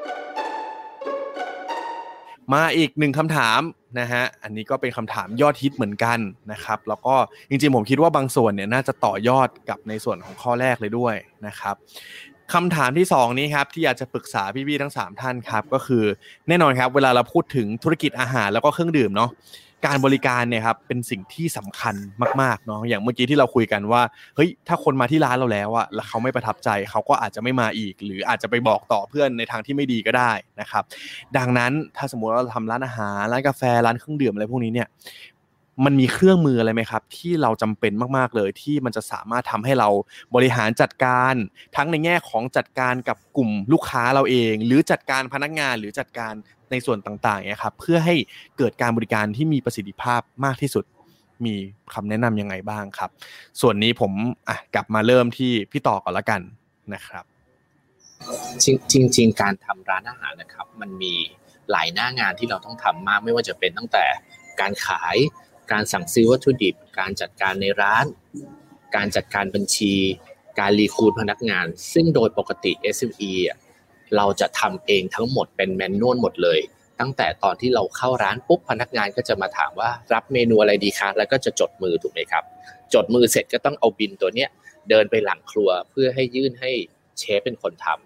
มาอีกหนึ่งคำถามนะฮะอันนี้ก็เป็นคำถามยอดฮิตเหมือนกันนะครับแล้วก็จริงๆผมคิดว่าบางส่วนเนี่ยน่าจะต่อยอดกับในส่วนของข้อแรกเลยด้วยนะครับคำถามที่สองนี้ครับที่อยากจะปรึกษาพี่ๆทั้งสามท่านครับก็คือแน่นอนครับเวลาเราพูดถึงธุรกิจอาหารแล้วก็เครื่องดื่มเนาะการบริการเนี่ยครับเป็นสิ่งที่สำคัญมากๆเนาะอย่างเมื่อกี้ที่เราคุยกันว่าเฮ้ยถ้าคนมาที่ร้านเราแล้วอะแล้วเขาไม่ประทับใจเขาก็อาจจะไม่มาอีกหรืออาจจะไปบอกต่อเพื่อนในทางที่ไม่ดีก็ได้นะครับดังนั้นถ้าสมมุติว่าเราทำร้านอาหารร้านกาแฟร้านเครื่องดื่มอะไรพวกนี้เนี่ยมันมีเครื่องมืออะไรไหมครับที่เราจำเป็นมากๆเลยที่มันจะสามารถทำให้เราบริหารจัดการทั้งในแง่ของจัดการกับกลุ่มลูกค้าเราเองหรือจัดการพนักงานหรือจัดการในส่วนต่างๆเนี่ยครับเพื่อให้เกิดการบริการที่มีประสิทธิภาพมากที่สุดมีคำแนะนำยังไงบ้างครับส่วนนี้ผมอ่ะกลับมาเริ่มที่พี่ต่อก่อนละกันนะครับจริงจริงการทำร้านอาหารนะครับมันมีหลายหน้างานที่เราต้องทำมากไม่ว่าจะเป็นตั้งแต่การขายการสั่งซื้อวัตถุดิบการจัดการในร้านการจัดการบัญชีการรีครูทพนักงานซึ่งโดยปกติ เอส เอ็ม อี อ่ะเราจะทำเองทั้งหมดเป็นแมนนวลหมดเลยตั้งแต่ตอนที่เราเข้าร้านปุ๊บพนักงานก็จะมาถามว่ารับเมนูอะไรดีคะแล้วก็จะจดมือถูกไหมครับจดมือเสร็จก็ต้องเอาบิลตัวเนี้ยเดินไปหลังครัวเพื่อให้ยื่นให้เชฟเป็นคนทำพ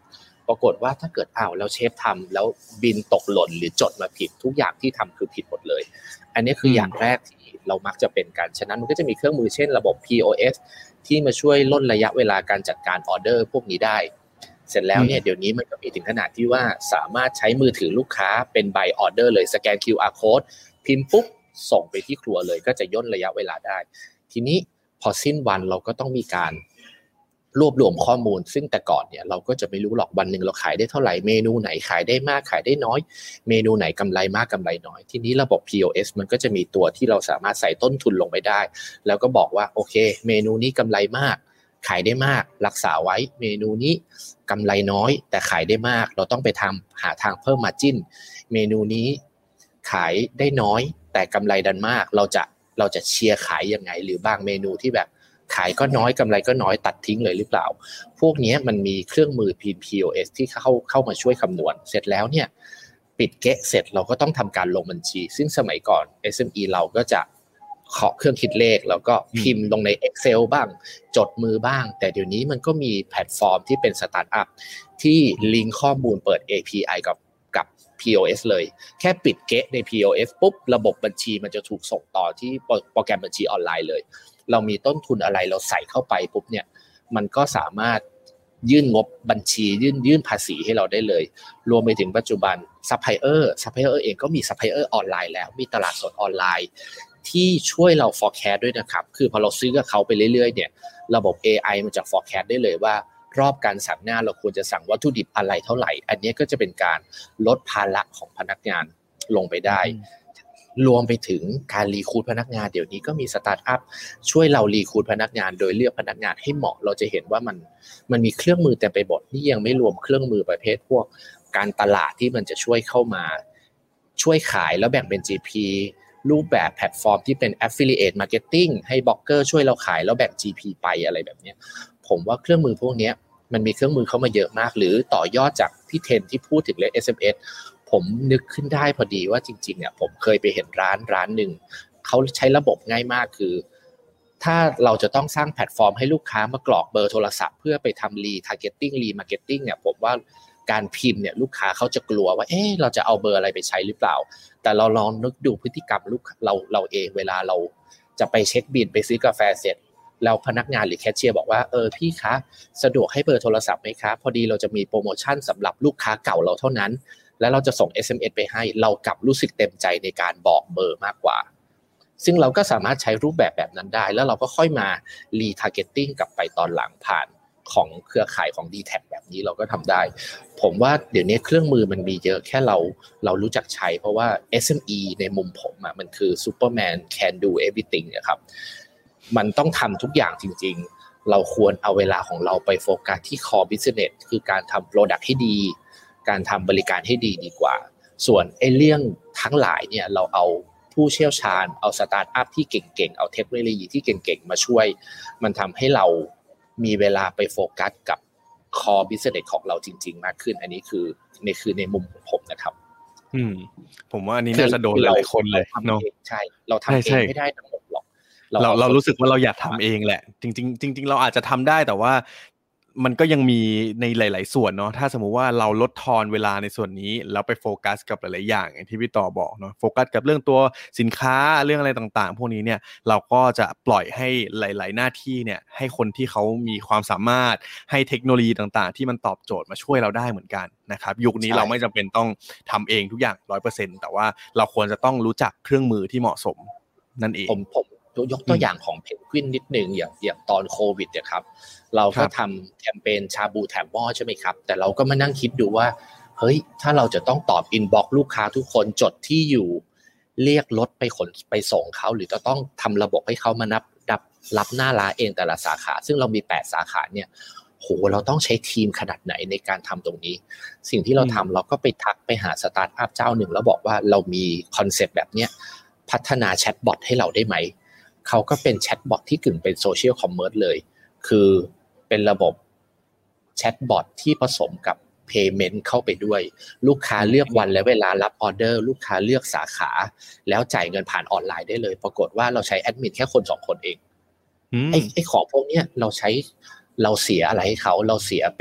ปรากฏว่าถ้าเกิดอ้าวแล้วเชฟทำแล้วบินตกหล่นหรือจดมาผิดทุกอย่างที่ทำคือผิดหมดเลยอันนี้คืออย่างแรกที่เรามักจะเป็นกันฉะนั้นมันก็จะมีเครื่องมือเช่นระบบ พี โอ เอส ที่มาช่วยลดระยะเวลาการจัดการออเดอร์พวกนี้ได้เสร็จแล้วเนี่ยเดี๋ยวนี้มันก็มีถึงขนาดที่ว่าสามารถใช้มือถือลูกค้าเป็นใบออเดอร์เลยสแกน คิว อาร์ Code พิมพ์ปุ๊บส่งไปที่ครัวเลยก็จะย่นระยะเวลาได้ทีนี้พอสิ้นวันเราก็ต้องมีการรวบรวมข้อมูลซึ่งแต่ก่อนเนี่ยเราก็จะไม่รู้หรอกวันนึงเราขายได้เท่าไหร่เมนูไหนขายได้มากขายได้น้อยเมนูไหนกำไรมากกำไรน้อยทีนี้ระบบ พี โอ เอส มันก็จะมีตัวที่เราสามารถใส่ต้นทุนลงไปได้แล้วก็บอกว่าโอเคเมนูนี้กำไรมากขายได้มากรักษาไว้เมนูนี้กำไรน้อยแต่ขายได้มากเราต้องไปทำหาทางเพิ่มมาร์จิ้นเมนูนี้ขายได้น้อยแต่กำไรดันมากเราจะเราจะเชียร์ขายยังไงหรือบางเมนูที่แบบขายก็น้อยกำไรก็น้อยตัดทิ้งเลยหรือเปล่าพวกนี้มันมีเครื่องมือ พี โอ เอส ที่เข้าเข้ามาช่วยคำนวณเสร็จแล้วเนี่ยปิดเกะเสร็จเราก็ต้องทำการลงบัญชีซึ่งสมัยก่อน เอส เอ็ม อี เราก็จะเคาะเครื่องคิดเลขแล้วก็พิมพ์ลงใน Excel บ้างจดมือบ้างแต่เดี๋ยวนี้มันก็มีแพลตฟอร์มที่เป็นสตาร์ทอัพที่ลิงก์ข้อมูลเปิด เอ พี ไอ กับกับ พี โอ เอส เลยแค่ปิดเกะใน พี โอ เอส ปุ๊บระบบบัญชีมันจะถูกส่งต่อที่โปรแกรมบัญชีออนไลน์เลยเรามีต้นทุนอะไรเราใส่เข้าไปปุ๊บเนี่ยมันก็สามารถยื่นงบบัญชียื่นยื่นภาษีให้เราได้เลยรวมไปถึงปัจจุบันซัพพลายเออร์ซัพพลายเออร์เองก็มีซัพพลายเออร์ออนไลน์แล้วมีตลาดสดออนไลน์ที่ช่วยเรา forecast ด้วยนะครับคือพอเราซื้อกับเขาไปเรื่อยๆเนี่ยระบบ เอ ไอ มันจะ forecast ได้เลยว่ารอบการสั่งหน้าเราควรจะสั่งวัตถุดิบอะไรเท่าไหร่อันนี้ก็จะเป็นการลดภาระของพนักงานลงไปได้รวมไปถึงการรีครูทพนักงานเดี๋ยวนี้ก็มีสตาร์ทอัพช่วยเรารีครูทพนักงานโดยเลือกพนักงานให้เหมาะเราจะเห็นว่ามันมันมีเครื่องมือเต็มไปหมดนี่ยังไม่รวมเครื่องมือประเภทพวกการตลาดที่มันจะช่วยเข้ามาช่วยขายแล้วแบ่งเป็น จี พี รูปแบบแพลตฟอร์มที่เป็น affiliate marketing ให้บล็อกเกอร์ช่วยเราขายแล้วแบ่ง จี พี ไปอะไรแบบนี้ผมว่าเครื่องมือพวกนี้มันมีเครื่องมือเข้ามาเยอะมากหรือต่อยอดจากพี่เทนที่พูดถึงเรื่อง เอส เอ็ม เอสผมนึกขึ้นได้พอดีว่าจริงๆเนี่ยผมเคยไปเห็นร้านร้านหนึ่งเขาใช้ระบบง่ายมากคือถ้าเราจะต้องสร้างแพลตฟอร์มให้ลูกค้ามากรอกเบอร์โทรศัพท์เพื่อไปทำรีทาร์เก็ตติ้งรีมาร์เก็ตติ้งเนี่ยผมว่าการพิมพ์เนี่ยลูกค้าเขาจะกลัวว่าเอ๊ะเราจะเอาเบอร์อะไรไปใช้หรือเปล่าแต่เราลองนึกดูพฤติกรรมลูกเราเราเองเวลาเราจะไปเช็คบิลไปซื้อกาแฟเสร็จแล้วพนักงานหรือแคชเชียร์บอกว่าเออพี่คะสะดวกให้เบอร์โทรศัพท์ไหมคะพอดีเราจะมีโปรโมชั่นสำหรับลูกค้าเก่าเราเท่านั้นแล้วเราจะส่ง เอส เอ็ม เอส ไปให้เรากลับรู้สึกเต็มใจในการบอกเบอร์มากกว่าซึ่งเราก็สามารถใช้รูปแบบแบบนั้นได้แล้วเราก็ค่อยมา retargeting กลับไปตอนหลังผ่านของเครือข่ายของ ดี แท็ก แบบนี้เราก็ทำได้ผมว่าเดี๋ยวนี้เครื่องมือมันมีเยอะแค่เราเรารู้จักใช้เพราะว่า เอส เอ็ม อี ในมุมผมอ่ะมันคือ Superman can do everything นะครับมันต้องทำทุกอย่างจริงๆเราควรเอาเวลาของเราไปโฟกัสที่ core business คือการทำ product ให้ดีการทำบริการให้ดีดีกว่าส่วนไอ้เรื่องทั้งหลายเนี่ยเราเอาผู้เชี่ยวชาญเอาสตาร์ทอัพที่เก่งๆเอาเทคโนโลยีที่เก่งๆมาช่วยมันทำให้เรามีเวลาไปโฟกัสกับ core business ของเราจริงๆมากขึ้นอันนี้คือในคือในมุมของผมนะครับอืมผมว่าอันนี้น่าจะโดนหลายคนเลยเนาะใช่เราทำเองไม่ได้ทั้งหมดหรอกเราเรารู้สึกว่าเราอยากทำเองแหละจริงๆจริงๆเราอาจจะทำได้แต่ว่ามันก็ยังมีในหลายๆส่วนเนาะถ้าสมมุติว่าเราลดทอนเวลาในส่วนนี้แล้วไปโฟกัสกับหลายๆอย่างอย่างที่พี่ต่อบอกเนาะโฟกัสกับเรื่องตัวสินค้าเรื่องอะไรต่างๆพวกนี้เนี่ยเราก็จะปล่อยให้หลายๆหน้าที่เนี่ยให้คนที่เขามีความสามารถให้เทคโนโลยีต่างๆที่มันตอบโจทย์มาช่วยเราได้เหมือนกันนะครับยุคนี้เราไม่จำเป็นต้องทำเองทุกอย่าง ร้อยเปอร์เซ็นต์ แต่ว่าเราควรจะต้องรู้จักเครื่องมือที่เหมาะสมนั่นเองผมผมยกตัวอย่างของเพนกวินนิดนึงอย่างอย่างตอนโควิดเนี่ยครับเราก็ทำแคมเปญชาบูแถมหม้อใช่ไหมครับแต่เราก็มานั่งคิดดูว่าเฮ้ยถ้าเราจะต้องตอบอินบ็อกซ์ลูกค้าทุกคนจดที่อยู่เรียกรถไปขนไปส่งเขาหรือจะต้องทำระบบให้เขามานับรับรับหน้าร้านเองแต่ละสาขาซึ่งเรามีแปดสาขาเนี่ยโหเราต้องใช้ทีมขนาดไหนในการทำตรงนี้สิ่งที่เราทำเราก็ไปทักไปหาสตาร์ทอัพเจ้าหนึ่งแล้วบอกว่าเรามีคอนเซ็ปต์แบบเนี้ยพัฒนาแชทบอทให้เราได้ไหมเขาก็เป็นแชทบอทที่กึ่งเป็นโซเชียลคอมเมิร์ซเลยคือเป็นระบบแชทบอทที่ผสมกับ payment เข้าไปด้วยลูกค้าเลือกวันและเวลารับออเดอร์ลูกค้าเลือกสาขาแล้วจ่ายเงินผ่านออนไลน์ได้เลยปรากฏว่าเราใช้แอดมินแค่คนสองคนเองไอ้ไอ้ของพวกเนี้ยเราใช้เราเสียอะไรให้เขาเราเสียเป็น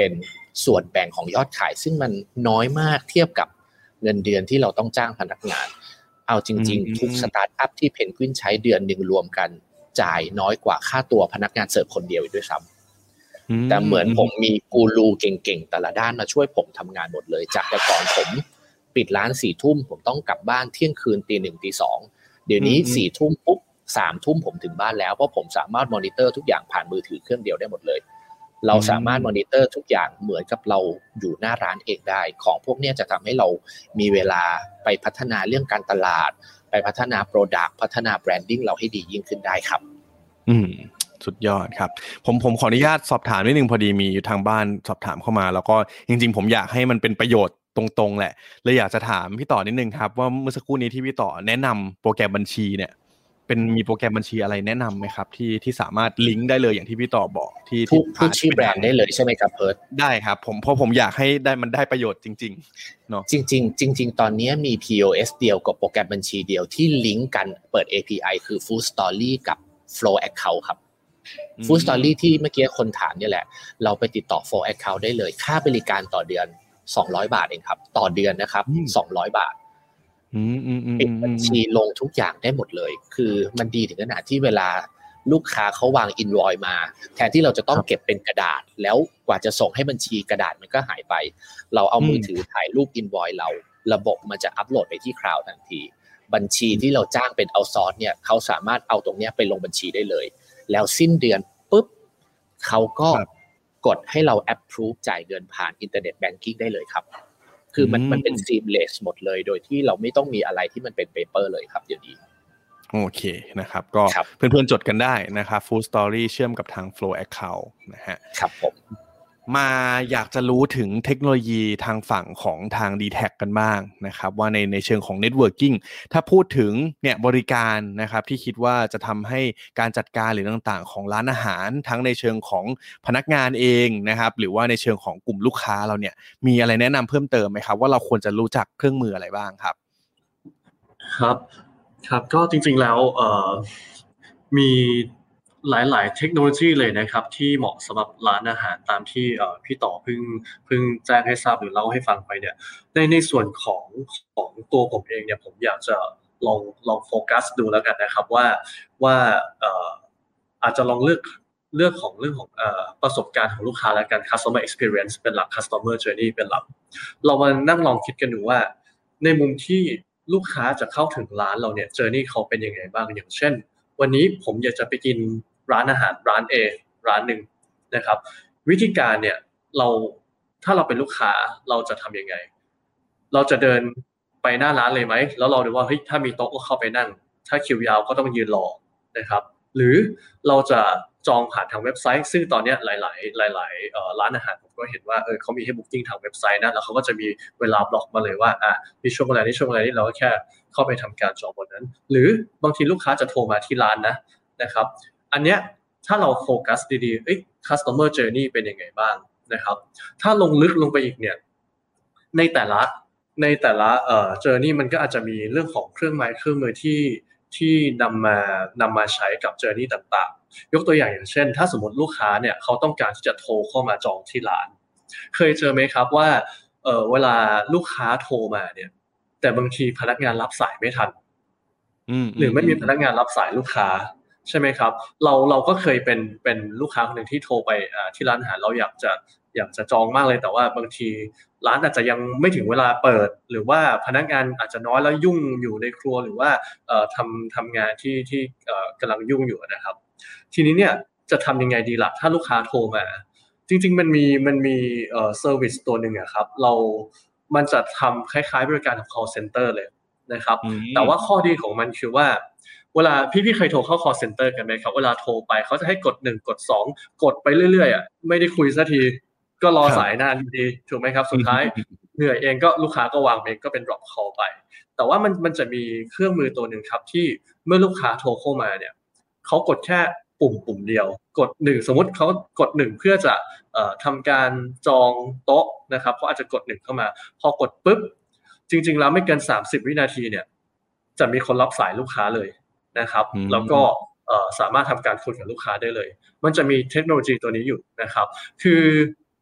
ส่วนแบ่งของยอดขายซึ่งมันน้อยมากเทียบกับเงินเดือนที่เราต้องจ้างพนักงานเอาจริงๆทุกสตาร์ทอัพที่เพนกวินใช้เดือนนึงรวมกันจ่ายน้อยกว่าค่าตัวพนักงานเสิร์ฟคนเดียวด้วยซ้ำแต่เหมือนผมมีกูรูเก่งๆแต่ละด้านมาช่วยผมทำงานหมดเลยจากแต่ก่อนผมปิดร้านสี่ทุ่มผมต้องกลับบ้านเที่ยงคืนตีหนึ่งตีสองเดี๋ยวนี้สี่ทุ่มปุ๊บสามทุ่มผมถึงบ้านแล้วเพราะผมสามารถมอนิเตอร์ทุกอย่างผ่านมือถือเครื่องเดียวได้หมดเลยเราสามารถมอนิเตอร์ทุกอย่างเหมือนกับเราอยู่หน้าร้านเองได้ของพวกนี้จะทำให้เรามีเวลาไปพัฒนาเรื่องการตลาดไปพัฒนาโปรดักต์พัฒนาแบรนดิ้งเราให้ดียิ่งขึ้นได้ครับอืมสุดยอดครับผมผมขออนุญาตสอบถามนิดนึงพอดีมีอยู่ทางบ้านสอบถามเข้ามาแล้วก็จริงๆผมอยากให้มันเป็นประโยชน์ตรงๆแหละเลยอยากจะถามพี่ต่อนิดนึงครับว่าเมื่อสักครู่นี้ที่พี่ต่อแนะนำโปรแกรมบัญชีเนี่ยเป็นมีโปรแกรมบัญชีอะไรแนะนำไหมครับที่ที่สามารถลิงก์ได้เลยอย่างที่พี่ต่อบอกที่พูดพูดชื่อแบรนด์ได้เลยใช่ไหมครับเพิร์ทได้ครับผมเพราะผมอยากให้ได้มันได้ประโยชน์จริงๆเนาะจริงๆจริงๆตอนนี้มี พี โอ เอส เดียวกับโปรแกรมบัญชีเดียวที่ลิงก์กันเปิด เอ พี ไอ คือ Food Story กับ Flow Account ครับ Food Story ที่เมื่อกี้คนถามเนี่ยแหละเราไปติดต่อ Flow Account ได้เลยค่าบริการต่อเดือนสองร้อยบาทเองครับต่อเดือนนะครับสองร้อยบาทปิดบัญชีลงทุกอย่างได้หมดเลยคือมันดีถึงขนาดที่เวลาลูกค้าเขาวางอินวอยซ์มาแทนที่เราจะต้องเก็บเป็นกระดาษแล้วกว่าจะส่งให้บัญชีกระดาษมันก็หายไปเราเอามือถือถ่ายรูปอินวอยซ์เราระบบมันจะอัปโหลดไปที่คลาวด์ทันทีบัญชีที่เราจ้างเป็นเอาท์ซอร์สเนี่ยเขาสามารถเอาตรงนี้ไปลงบัญชีได้เลยแล้วสิ้นเดือนปุ๊บเขาก็กดให้เรา approve จ่ายเงินผ่านอินเทอร์เน็ตแบงกิ้งได้เลยครับคือมันมันเป็น seamless หมดเลยโดยที่เราไม่ต้องมีอะไรที่มันเป็น paper เลยครับเดี๋ยวนี้โอเคนะครับก็เพื่อนๆจดกันได้นะครับ Food Story เชื่อมกับทาง Flow Account นะฮะครับผมมาอยากจะรู้ถึงเทคโนโลยีทางฝั่งของทาง ดี แท็ก กันบ้างนะครับว่าในในเชิงของ Networking ถ้าพูดถึงเนี่ยบริการนะครับที่คิดว่าจะทำให้การจัดการหรือต่างๆของร้านอาหารทั้งในเชิงของพนักงานเองนะครับหรือว่าในเชิงของกลุ่มลูกค้าเราเนี่ยมีอะไรแนะนำเพิ่มเติมไหมครับว่าเราควรจะรู้จักเครื่องมืออะไรบ้างครับครับครับก็จริงๆแล้วเอ่อมีหลายๆเทคโนโลยีเลยนะครับที่เหมาะสำหรับร้านอาหารตามที่เอ่อพี่ต่อเพิ่งเพิ่งแจ้งให้ทราบหรือเล่าให้ฟังไปเนี่ยในในส่วนของของตัวผมเองเนี่ยผมอยากจะลองลองโฟกัสดูแล้วกันนะครับว่าว่าเอ่ออาจจะลองเลือกเลือกของเรื่องของเอ่อประสบการณ์ของลูกค้าแล้วกัน customer experience เป็นหลัก customer journey เป็นหลักเรามานั่งลองคิดกันดูว่าในมุมที่ลูกค้าจะเข้าถึงร้านเราเนี่ย journey เขาเป็นยังไงบ้างอย่างเช่นวันนี้ผมอยากจะไปกินร้านอาหารร้าน A ร้านหนึ่งนะครับวิธีการเนี่ยเราถ้าเราเป็นลูกค้าเราจะทำยังไงเราจะเดินไปหน้าร้านเลยไหมแล้วเราดูว่าเฮ้ยถ้ามีโต๊ะก็เข้าไปนั่งถ้าคิวยาวก็ต้องยืนรอนะครับหรือเราจะจองผ่านทางเว็บไซต์ซึ่งตอนนี้หลายๆหลายๆเอ่อร้านอาหารผมก็เห็นว่าเออเขามีให้บุ๊กกิ้งทางเว็บไซต์นะแล้วเขาก็จะมีเวลาบล็อกมาเลยว่าอ่ะมีช่วงเวลานี้ช่วงเวลานี้เราก็แค่เข้าไปทำการจองบนนั้นหรือบางทีลูกค้าจะโทรมาที่ร้านนะนะครับอันเนี้ยถ้าเราโฟกัสดีๆเอ้ย customer journey เป็นยังไงบ้างนะครับถ้าลงลึกลงไปอีกเนี่ยในแต่ละในแต่ละเอ่อ journey มันก็อาจจะมีเรื่องของเครื่องไม้เครื่องมือที่ที่นำมานำมาใช้กับ journey ต่างๆยกตัวอย่างอย่างเช่นถ้าสมมติลูกค้าเนี่ยเขาต้องการที่จะโทรเข้ามาจองที่ร้านเคยเจอไหมครับว่าเอ่อเวลาลูกค้าโทรมาเนี่ยแต่บางทีพนักงานรับสายไม่ทันหรือไม่มีพนักงานรับสายลูกค้าใช่ไหมครับเราเราก็เคยเป็นเป็นลูกค้าคนหนึ่งที่โทรไปอ่าที่ร้านอาหารเราอยากจะอยากจะจองมากเลยแต่ว่าบางทีร้านอาจจะยังไม่ถึงเวลาเปิดหรือว่าพนักงานอาจจะน้อยแล้วยุ่งอยู่ในครัวหรือว่าเอ่อทำทำงานที่ที่เอ่อกำลังยุ่งอยู่นะครับทีนี้เนี่ยจะทำยังไงดีล่ะถ้าลูกค้าโทรมาจริงๆมันมีมันมีเอ่อเซอร์วิสตัวหนึ่งอะครับเรามันจะทำคล้ายๆบริการของ call center เลยนะครับแต่ว่าข้อดีของมันคือว่าเวลาพี่ๆเคยโทรเข้า call center กันไหมครับเวลาโทรไปเขาจะให้กดหนึ่งกดสองกดไปเรื่อยๆอ่ะไม่ได้คุยสักทีก็รอสายนานดีถูกไหมครับสุดท้ายเหนื่อยเองก็ลูกค้าก็วางเองก็เป็น drop call ไปแต่ว่ามันมันจะมีเครื่องมือตัวหนึ่งครับที่เมื่อลูกค้าโทรเข้ามาเนี่ยเขากดแค่ปุ่มปุ่มเดียวกดหนึ่งสมมติเขากดหนึ่งเพื่อจะเอ่อทำการจองโต๊ะนะครับเขาอาจจะกดหนึ่งเข้ามาพอกดปุ๊บจริงๆแล้วไม่เกินสามสิบวินาทีเนี่ยจะมีคนรับสายลูกค้าเลยนะครับแล้วก็สามารถทำการคุยกับลูกค้าได้เลยมันจะมีเทคโนโลยีตัวนี้อยู่นะครับคือ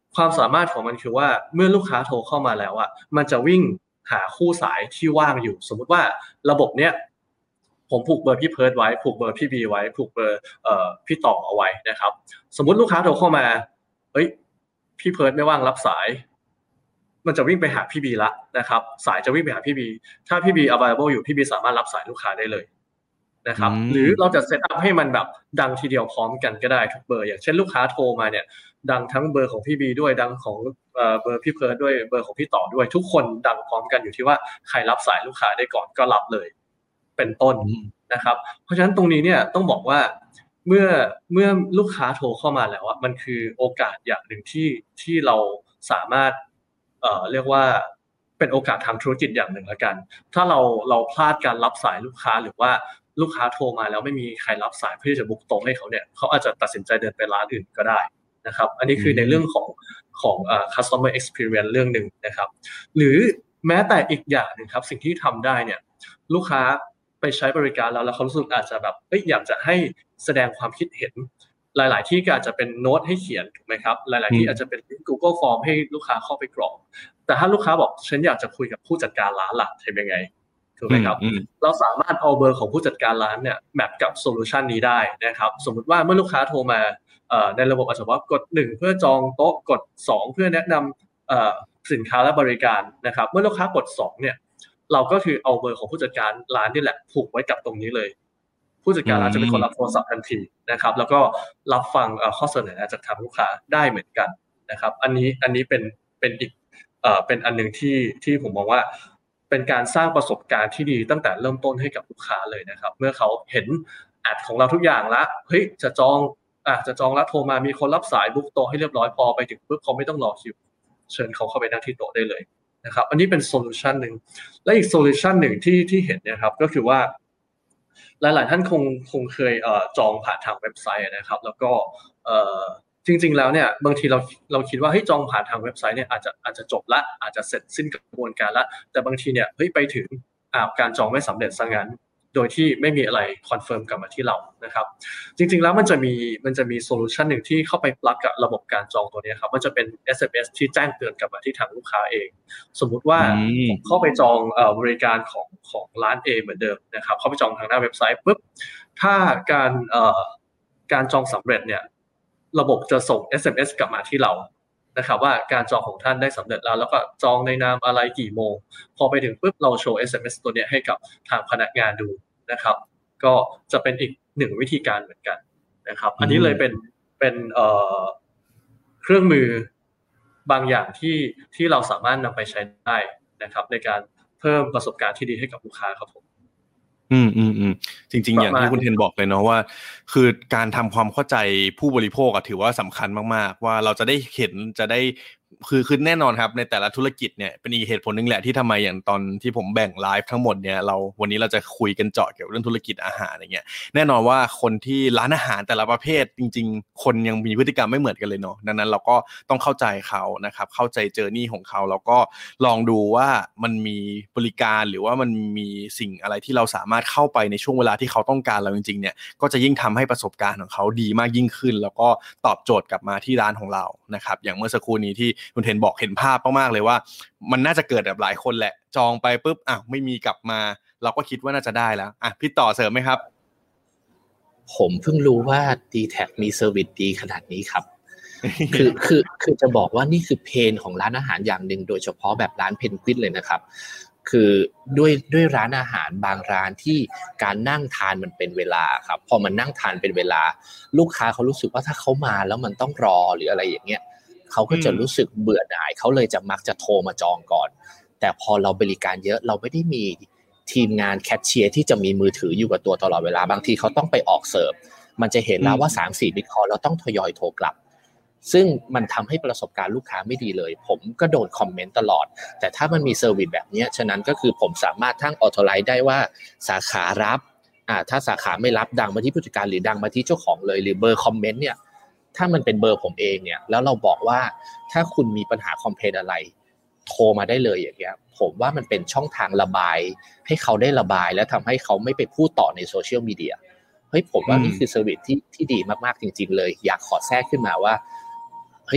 ความสามารถของมันคือว่าเมื่อลูกค้าโทรเข้ามาแล้วอ่ะมันจะวิ่งหาคู่สายที่ว่างอยู่สมมุติว่าระบบเนี้ยผมผูกเบอร์พี่เพิร์ดไว้ผูกเบอร์พี่บีไว้ผูกเบอร์เอ่อพี่ต่อเอาไว้นะครับสมมุติลูกค้าโทรเข้ามาเอ้ยพี่เพิร์ดไม่ว่างรับสายมันจะวิ่งไปหาพี่บีละนะครับสายจะวิ่งไปหาพี่บีถ้าพี่บี available อยู่พี่บีสามารถรับสายลูกค้าได้เลยนะครับหรือเราจะเซตอัพให้มันแบบดังทีเดียวพร้อมกันก็ได้ทุกเบอร์อย่างเช่นลูกค้าโทรมาเนี่ยดังทั้งเบอร์ของพี่บีด้วยดังของเอ่อเบอร์พี่เพิร์ดด้วยเบอร์ของพี่ต่อด้วยทุกคนดังพร้อมกันอยู่ที่ว่าใครรับสายลูกค้าได้ก่อนก็รับเลยเป็นต้นนะครับเพราะฉะนั้นตรงนี้เนี่ยต้องบอกว่าเมื่อเมื่อลูกค้าโทรเข้ามาแล้วอ่ะมันคือโอกาสอย่างหนึ่งที่ที่เราสามารถเอ่อเรียกว่าเป็นโอกาสทางธุรกิจอย่างหนึ่งละกันถ้าเราเราพลาดการรับสายลูกค้าหรือว่าลูกค้าโทรมาแล้วไม่มีใครรับสายเพื่อจะบุ๊กโต๊ะให้เขาเนี่ยเขาอาจจะตัดสินใจเดินไปร้านอื่นก็ได้นะครับอันนี้คือในเรื่องของของเอ่อ customer experience เรื่องหนึ่งนะครับหรือแม้แต่อีกอย่างนึงครับสิ่งที่ทำได้เนี่ยลูกค้าไปใช้บริการแล้วแล้วเขารู้สึกอาจจะแบบเอ้ยอยากจะให้แสดงความคิดเห็นหลายๆที่ก็อาจจะเป็นโน้ตให้เขียนถูกไหมครับหลายๆที่อาจจะเป็น Google Form ให้ลูกค้าเข้าไปกรอกแต่ถ้าลูกค้าบอกฉันอยากจะคุยกับผู้จัดการร้านล่ะทำยังไงถูกไหมครับเราสามารถเอาเบอร์ของผู้จัดการร้านเนี่ยแมปกับโซลูชันนี้ได้นะครับสมมุติว่าเมื่อลูกค้าโทรมาในระบบอาจจะว่ากดหนึ่งเพื่อจองโต๊ะกดสองเพื่อแนะนำสินค้าและบริการนะครับเมื่อลูกค้ากดสองเนี่ยเราก็คือเอาเบอร์ของผู้จัดการร้านนี่แหละผูกไว้กับตรงนี้เลยผู้จัดการร้านจะเป็นคนรับโทรศัพท์ทันทีนะครับแล้วก็รับฟังข้อเสนอจากทางลูกค้าได้เหมือนกันนะครับอันนี้อันนี้เป็นเป็นอีกเอ่อเป็นอันนึงที่ที่ผมมองว่าเป็นการสร้างประสบการณ์ที่ดีตั้งแต่เริ่มต้นให้กับลูกค้าเลยนะครับเมื่อเขาเห็นแอดของเราทุกอย่างละเฮ้ยจะจองอ่ะจะจองแล้วโทรมามีคนรับสายบุ๊กโต๊ะให้เรียบร้อยพอไปถึงปุ๊บเขาไม่ต้องรอคิวเชิญเขาเข้าไปนั่งที่โต๊ะได้เลยนะครับอันนี้เป็นโซลูชันหนึ่งและอีกโซลูชันหนึ่งที่ที่เห็นเนี่ยครับก็คือว่าหลายๆท่านคงคงเคยเอ่อจองผ่านทางเว็บไซต์นะครับแล้วก็เอ่อจริงๆแล้วเนี่ยบางทีเราเราคิดว่าเฮ้ยจองผ่านทางเว็บไซต์เนี่ยอาจจะอาจจะจบละอาจจะเสร็จสิ้นกระบวนการละแต่บางทีเนี่ยเฮ้ยไปถึงอ่าการจองไม่สำเร็จซะงั้นโดยที่ไม่มีอะไรคอนเฟิร์มกลับมาที่เรานะครับจริงๆแล้วมันจะมีมันจะมีโซลูชันหนึ่งที่เข้าไปปลั๊กกับระบบการจองตัวนี้ครับมันจะเป็น เอส เอ็ม เอส ที่แจ้งเตือนกลับมาที่ทางลูกค้าเองสมมุติว่าผมเข้าไปจองเอ่อบริการของของร้าน A เหมือนเดิมนะครับเข้าไปจองทางหน้าเว็บไซต์ปุ๊บถ้าการเอ่อการจองสำเร็จเนี่ยระบบจะส่ง เอส เอ็ม เอส กลับมาที่เรานะครับว่าการจองของท่านได้สำเร็จแล้วแล้วก็จองในนามอะไรกี่โมงพอไปถึงปุ๊บเราโชว์ เอส เอ็ม เอส ตัวนี้ให้กับทางพนักงานดูนะครับก็จะเป็นอีกหนึ่งวิธีการเหมือนกันนะครับอันนี้เลยเป็นเป็นเอ่อเครื่องมือบางอย่างที่ที่เราสามารถนำไปใช้ได้นะครับในการเพิ่มประสบการณ์ที่ดีให้กับลูกค้าครับผมอืมอืมอืมจริงๆอย่างที่คุณเทนบอกเลยเนาะว่าคือการทำความเข้าใจผู้บริโภคอะถือว่าสำคัญมากๆว่าเราจะได้เห็นจะได้คือคือแน่นอนครับในแต่ละธุรกิจเนี่ยเป็นอีกเหตุผลนึงแหละที่ทำไมอย่างตอนที่ผมแบ่งไลฟ์ทั้งหมดเนี่ยเราวันนี้เราจะคุยกันเจาะเกี่ยวกับเรื่องธุรกิจอาหารอย่างเงี้ยแน่นอนว่าคนที่ร้านอาหารแต่ละประเภทจริงๆคนยังมีพฤติกรรมไม่เหมือนกันเลยเนาะดังนั้นเราก็ต้องเข้าใจเขานะครับเข้าใจเจอร์นี่ของเขาแล้วก็ลองดูว่ามันมีบริการหรือว่ามันมีสิ่งอะไรที่เราสามารถเข้าไปในช่วงเวลาที่เขาต้องการเราจริงๆเนี่ยก็จะยิ่งทำให้ประสบการณ์ของเขาดีมากยิ่งขึ้นแล้วก็ตอบโจทย์กลับมาที่ร้านของเรานะครับอย่างเมื่อสักครู่นี้ที่คุณเทนบอกเห็นภาพมากๆเลยว่ามันน่าจะเกิดแบบหลายคนแหละจองไปปุ๊บอ้าวไม่มีกลับมาเราก็คิดว่าน่าจะได้แล้วอ่ะพี่ต่อเสริมไหมครับผมเพิ่งรู้ว่า ดี แท็ก มีเซอร์วิสดีขนาดนี้ครับ คือคือคือจะบอกว่านี่คือเพนของร้านอาหารอย่างหนึ่งโดยเฉพาะแบบร้านเพนกวินเลยนะครับคือด้วยด้วยร้านอาหารบางร้านที่การนั่งทานมันเป็นเวลาครับพอมันนั่งทานเป็นเวลาลูกค้าเขารู้สึกว่าถ้าเขามาแล้วมันต้องรอหรืออะไรอย่างเงี้ยเขาก็จะรู้สึกเบื่อหน่ายเขาเลยจะมักจะโทรมาจองก่อนแต่พอเราบริการเยอะเราไม่ได้มีทีมงานแคชเชียร์ที่จะมีมือถืออยู่กับตัวตลอดเวลาบางทีเขาต้องไปออกเสิร์ฟมันจะเห็นแล้วว่า สามสี่ มิสคอลแล้วต้องทยอยโทรกลับซึ่งมันทำให้ประสบการณ์ลูกค้าไม่ดีเลยผมก็โดนคอมเมนต์ตลอดแต่ถ้ามันมีเซอร์วิสแบบนี้ฉะนั้นก็คือผมสามารถทั้งออโตไลซ์ได้ว่าสาขารับอ่าถ้าสาขาไม่รับดังมาที่ผู้จัดการหรือดังมาที่เจ้าของเลยหรือเบอร์คอมเมนต์เนี่ยถ้ามันเป็นเบอร์ผมเองเนี่ยแล้วเราบอกว่าถ้าคุณมีปัญหาคอมเพลนอะไรโทรมาได้เลยอย่างเงี้ยผมว่ามันเป็นช่องทางระบายให้เขาได้ระบายและทำให้เขาไม่ไปพูดต่อในโซเชียลมีเดียเฮ้ยผมว่านี่คือเซอร์วิสที่ที่ดีมากๆจริงๆเลยอยากขอแทรกขึ้นมาว่าเฮ้ย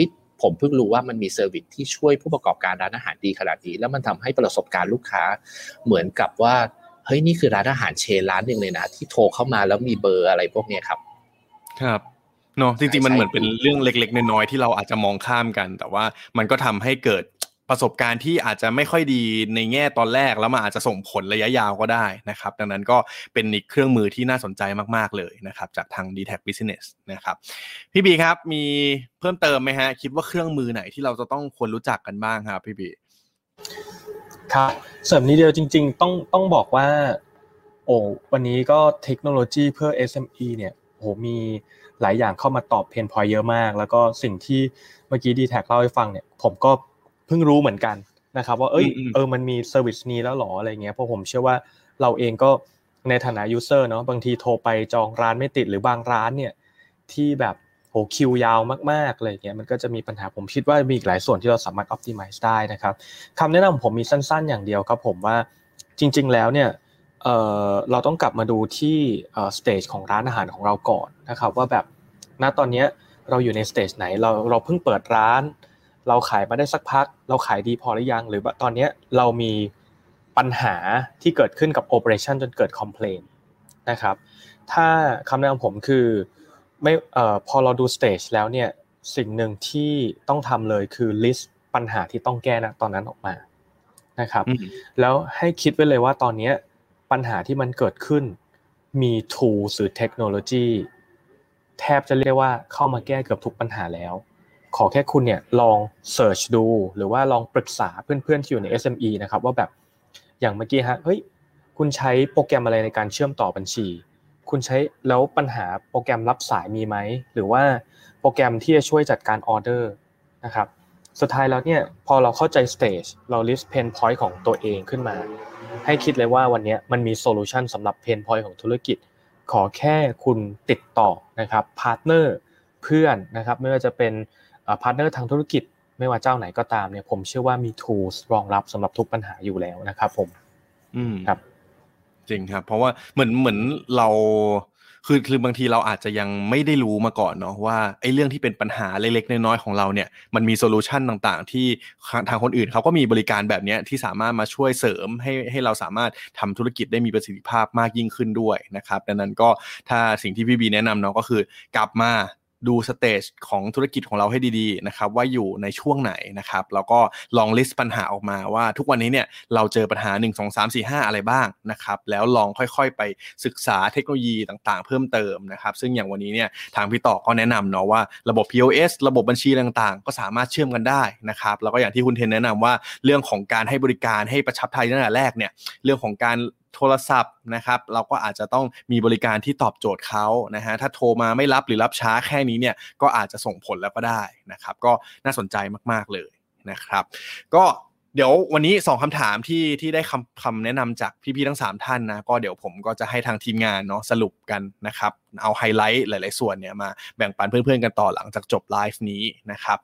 ผมเพิ่งรู้ว่ามันมีเซอร์วิสที่ช่วยผู้ประกอบการร้านอาหารดีขนาดนี้แล้วมันทำให้ประสบการณ์ลูกค้าเหมือนกับว่าเฮ้ยนี่คือร้านอาหารเชนร้านนึงเลยนะที่โทรเข้ามาแล้วมีเบอร์อะไรพวกนี้ครับครับเนาะจริงๆมันเหมือนเป็นเรื่องเล็กๆน้อยๆที่เราอาจจะมองข้ามกันแต่ว่ามันก็ทำให้เกิดประสบการณ์ที่อาจจะไม่ค่อยดีในแง่ตอนแรกแล้วมันอาจจะส่งผลระยะยาวก็ได้นะครับดังนั้นก็เป็นอีกเครื่องมือที่น่าสนใจมากๆเลยนะครับจากทาง ดี แท็ก Business นะครับพี่บีครับมีเพิ่มเติมไหมฮะคิดว่าเครื่องมือไหนที่เราจะต้องควรรู้จักกันบ้างครับพี่บีครับเสริมนิดเดียวจริงๆต้องต้องบอกว่าโอ้วันนี้ก็เทคโนโลยีเพื่อ เอส เอ็ม อี เนี่ยโอ้มีหลายอย่างเข้ามาตอบเพนพอยต์เยอะมากแล้วก็สิ่งที่เมื่อกี้ ดี แท็ก เล่าให้ฟังเนี่ยผมก็เพิ่งรู้เหมือนกันนะครับว่าเอ้ยเออมันมีเซอร์วิสนี้แล้วหรออะไรเงี้ยเพราะผมเชื่อว่าเราเองก็ในฐานะยูเซอร์เนาะบางทีโทรไปจองร้านไม่ติดหรือบางร้านเนี่ยที่แบบโหคิวยาวมากๆอะไรเงี้ยมันก็จะมีปัญหาผมคิดว่ามีอีกหลายส่วนที่เราสามารถ optimize ได้นะครับคำแนะนำผมมีสั้นๆอย่างเดียวครับผมว่าจริงๆแล้วเนี่ยเอ่อเราต้องกลับมาดูที่เอ่อ stage ของร้านอาหารของเราก่อนนะครับว่าแบบณตอนนี้เราอยู่ใน stage ไหนเราเราเพิ่งเปิดร้านเราขายมาได้สักพักเราขายดีพอหรือยังหรือว่าตอนนี้เรามีปัญหาที่เกิดขึ้นกับ operation จนเกิด complaint นะครับถ้าคำแนะนำผมคือไม่เอ่อพอเราดู stage แล้วเนี่ยสิ่งหนึ่งที่ต้องทำเลยคือ list ปัญหาที่ต้องแก้ณตอนนั้นออกมานะครับแล้วให้คิดไว้เลยว่าตอนนี้ปัญหาที่มันเกิดขึ้นมี tools หรือเทคโนโลยีแทบจะเรียกว่าเข้ามาแก้เกือบทุกปัญหาแล้วขอแค่คุณเนี่ยลอง search ดูหรือว่าลองปรึกษาเพื่อนๆที่อยู่ใน เอส เอ็ม อี นะครับว่าแบบอย่างเมื่อกี้ฮะเฮ้ยคุณใช้โปรแกรมอะไรในการเชื่อมต่อบัญชีคุณใช้แล้วปัญหาโปรแกรมรับสายมีไหมหรือว่าโปรแกรมที่จะช่วยจัดการออเดอร์นะครับสุดท้ายแล้วเนี่ยพอเราเข้าใจ stage เรา list pain point ของตัวเองขึ้นมาให้คิดเลยว่าวันนี้มันมีโซลูชันสำหรับ pain point ของธุรกิจขอแค่คุณติดต่อนะครับพาร์ทเนอร์เพื่อนนะครับไม่ว่าจะเป็นพาร์ทเนอร์ทางธุรกิจไม่ว่าเจ้าไหนก็ตามเนี่ยผมเชื่อว่ามี tools รองรับสำหรับทุกปัญหาอยู่แล้วนะครับผมอืมครับจริงครับเพราะว่าเหมือนเหมือนเราคือคือบางทีเราอาจจะยังไม่ได้รู้มาก่อนเนาะว่าไอ้เรื่องที่เป็นปัญหาเล็กๆน้อยๆของเราเนี่ยมันมีโซลูชันต่างๆที่ทางคนอื่นเขาก็มีบริการแบบนี้ที่สามารถมาช่วยเสริมให้ให้เราสามารถทำธุรกิจได้มีประสิทธิภาพมากยิ่งขึ้นด้วยนะครับดังนั้นก็ถ้าสิ่งที่พี่บีแนะนำเนาะก็คือกลับมาดูสเตจของธุรกิจของเราให้ดีๆนะครับว่าอยู่ในช่วงไหนนะครับแล้วก็ลองลิสต์ปัญหาออกมาว่าทุกวันนี้เนี่ยเราเจอปัญหาหนึ่ง สอง สาม สี่ ห้าอะไรบ้างนะครับแล้วลองค่อยๆไปศึกษาเทคโนโลยีต่างๆเพิ่มเติมนะครับซึ่งอย่างวันนี้เนี่ยทางพี่ต่อก็แนะนำเนาะว่าระบบ พี โอ เอส ระบบบัญชีต่างๆก็สามารถเชื่อมกันได้นะครับแล้วก็อย่างที่คุณเทนแนะนำว่าเรื่องของการให้บริการให้ประทับใจตั้งแต่แรกเนี่ยเรื่องของการโทรศัพท์นะครับเราก็อาจจะต้องมีบริการที่ตอบโจทย์เขานะฮะถ้าโทรมาไม่รับหรือรับช้าแค่นี้เนี่ยก็อาจจะส่งผลแล้วก็ได้นะครับก็น่าสนใจมากๆเลยนะครับก็เดี๋ยววันนี้สองคำถามที่ที่ได้คำคำแนะนำจากพี่ๆทั้งสามท่านนะก็เดี๋ยวผมก็จะให้ทางทีมงานเนาะสรุปกันนะครับเอาไฮไลท์หลายๆส่วนเนี่ยมาแบ่งปันเพื่อนๆกันต่อหลังจากจบไลฟ์นี้นะครับ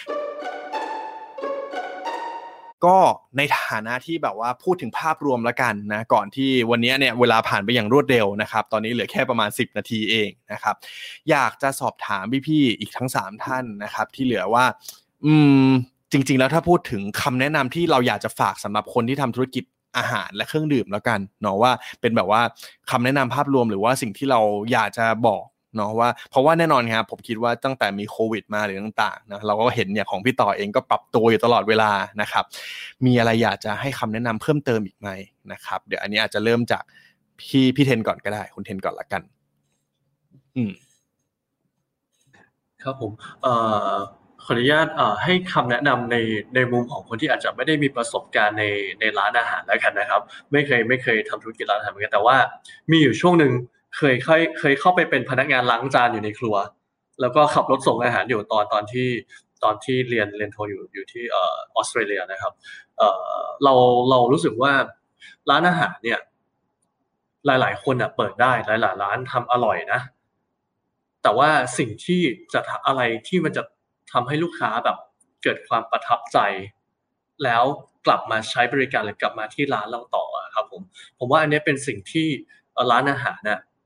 ก็ในฐานะที่แบบว่าพูดถึงภาพรวมแล้วกันนะก่อนที่วันนี้เนี่ยเวลาผ่านไปอย่างรวดเร็วนะครับตอนนี้เหลือแค่ประมาณสิบนาทีเองนะครับอยากจะสอบถามพี่ๆอีกทั้งสามท่านนะครับที่เหลือว่าอืมจริงๆแล้วถ้าพูดถึงคำแนะนำที่เราอยากจะฝากสำหรับคนที่ทำธุรกิจอาหารและเครื่องดื่มแล้วกันเนาะว่าเป็นแบบว่าคำแนะนำภาพรวมหรือว่าสิ่งที่เราอยากจะบอกเนาะว่าเพราะว่าแน่นอนครับผมคิดว่าตั้งแต่มีโควิดมาหรือต่างๆนะเราก็เห็นอย่างของพี่ต่อเองก็ปรับตัวอยู่ตลอดเวลานะครับมีอะไรอยากจะให้คำแนะนำเพิ่มเติมอีกไหมนะครับเดี๋ยวอันนี้อาจจะเริ่มจากพี่พี่เทนก่อนก็ได้คุณเทนก่อนละกันอืมครับผมเอ่อขออนุญาตเอ่อให้คำแนะนำในในมุมของคนที่อาจจะไม่ได้มีประสบการณ์ในในร้านอาหารแล้วกันนะครับไม่เคยไม่เคยทำธุรกิจร้านอาหารเหมือนกันแต่ว่ามีอยู่ช่วงนึงเคยเคยเคยเข้าไปเป็นพนักงานล้างจานอยู่ในครัวแล้วก็ขับรถส่งอาหารอยู่ตอนตอนที่ตอนที่เรียนเรียนโทอยู่อยู่ที่เอ่อออสเตรเลียนะครับเอ่อเราเรารู้สึกว่าร้านอาหารเนี่ยหลายๆคนอ่ะเปิดได้หลายๆร้านทำอร่อยนะแต่ว่าสิ่งที่จะอะไรที่มันจะทำให้ลูกค้าแบบเกิดความประทับใจแล้วกลับมาใช้บริการหรือกลับมาที่ร้านเราต่อครับผมผมว่าอันนี้เป็นสิ่งที่ร้านอาหารน่ะ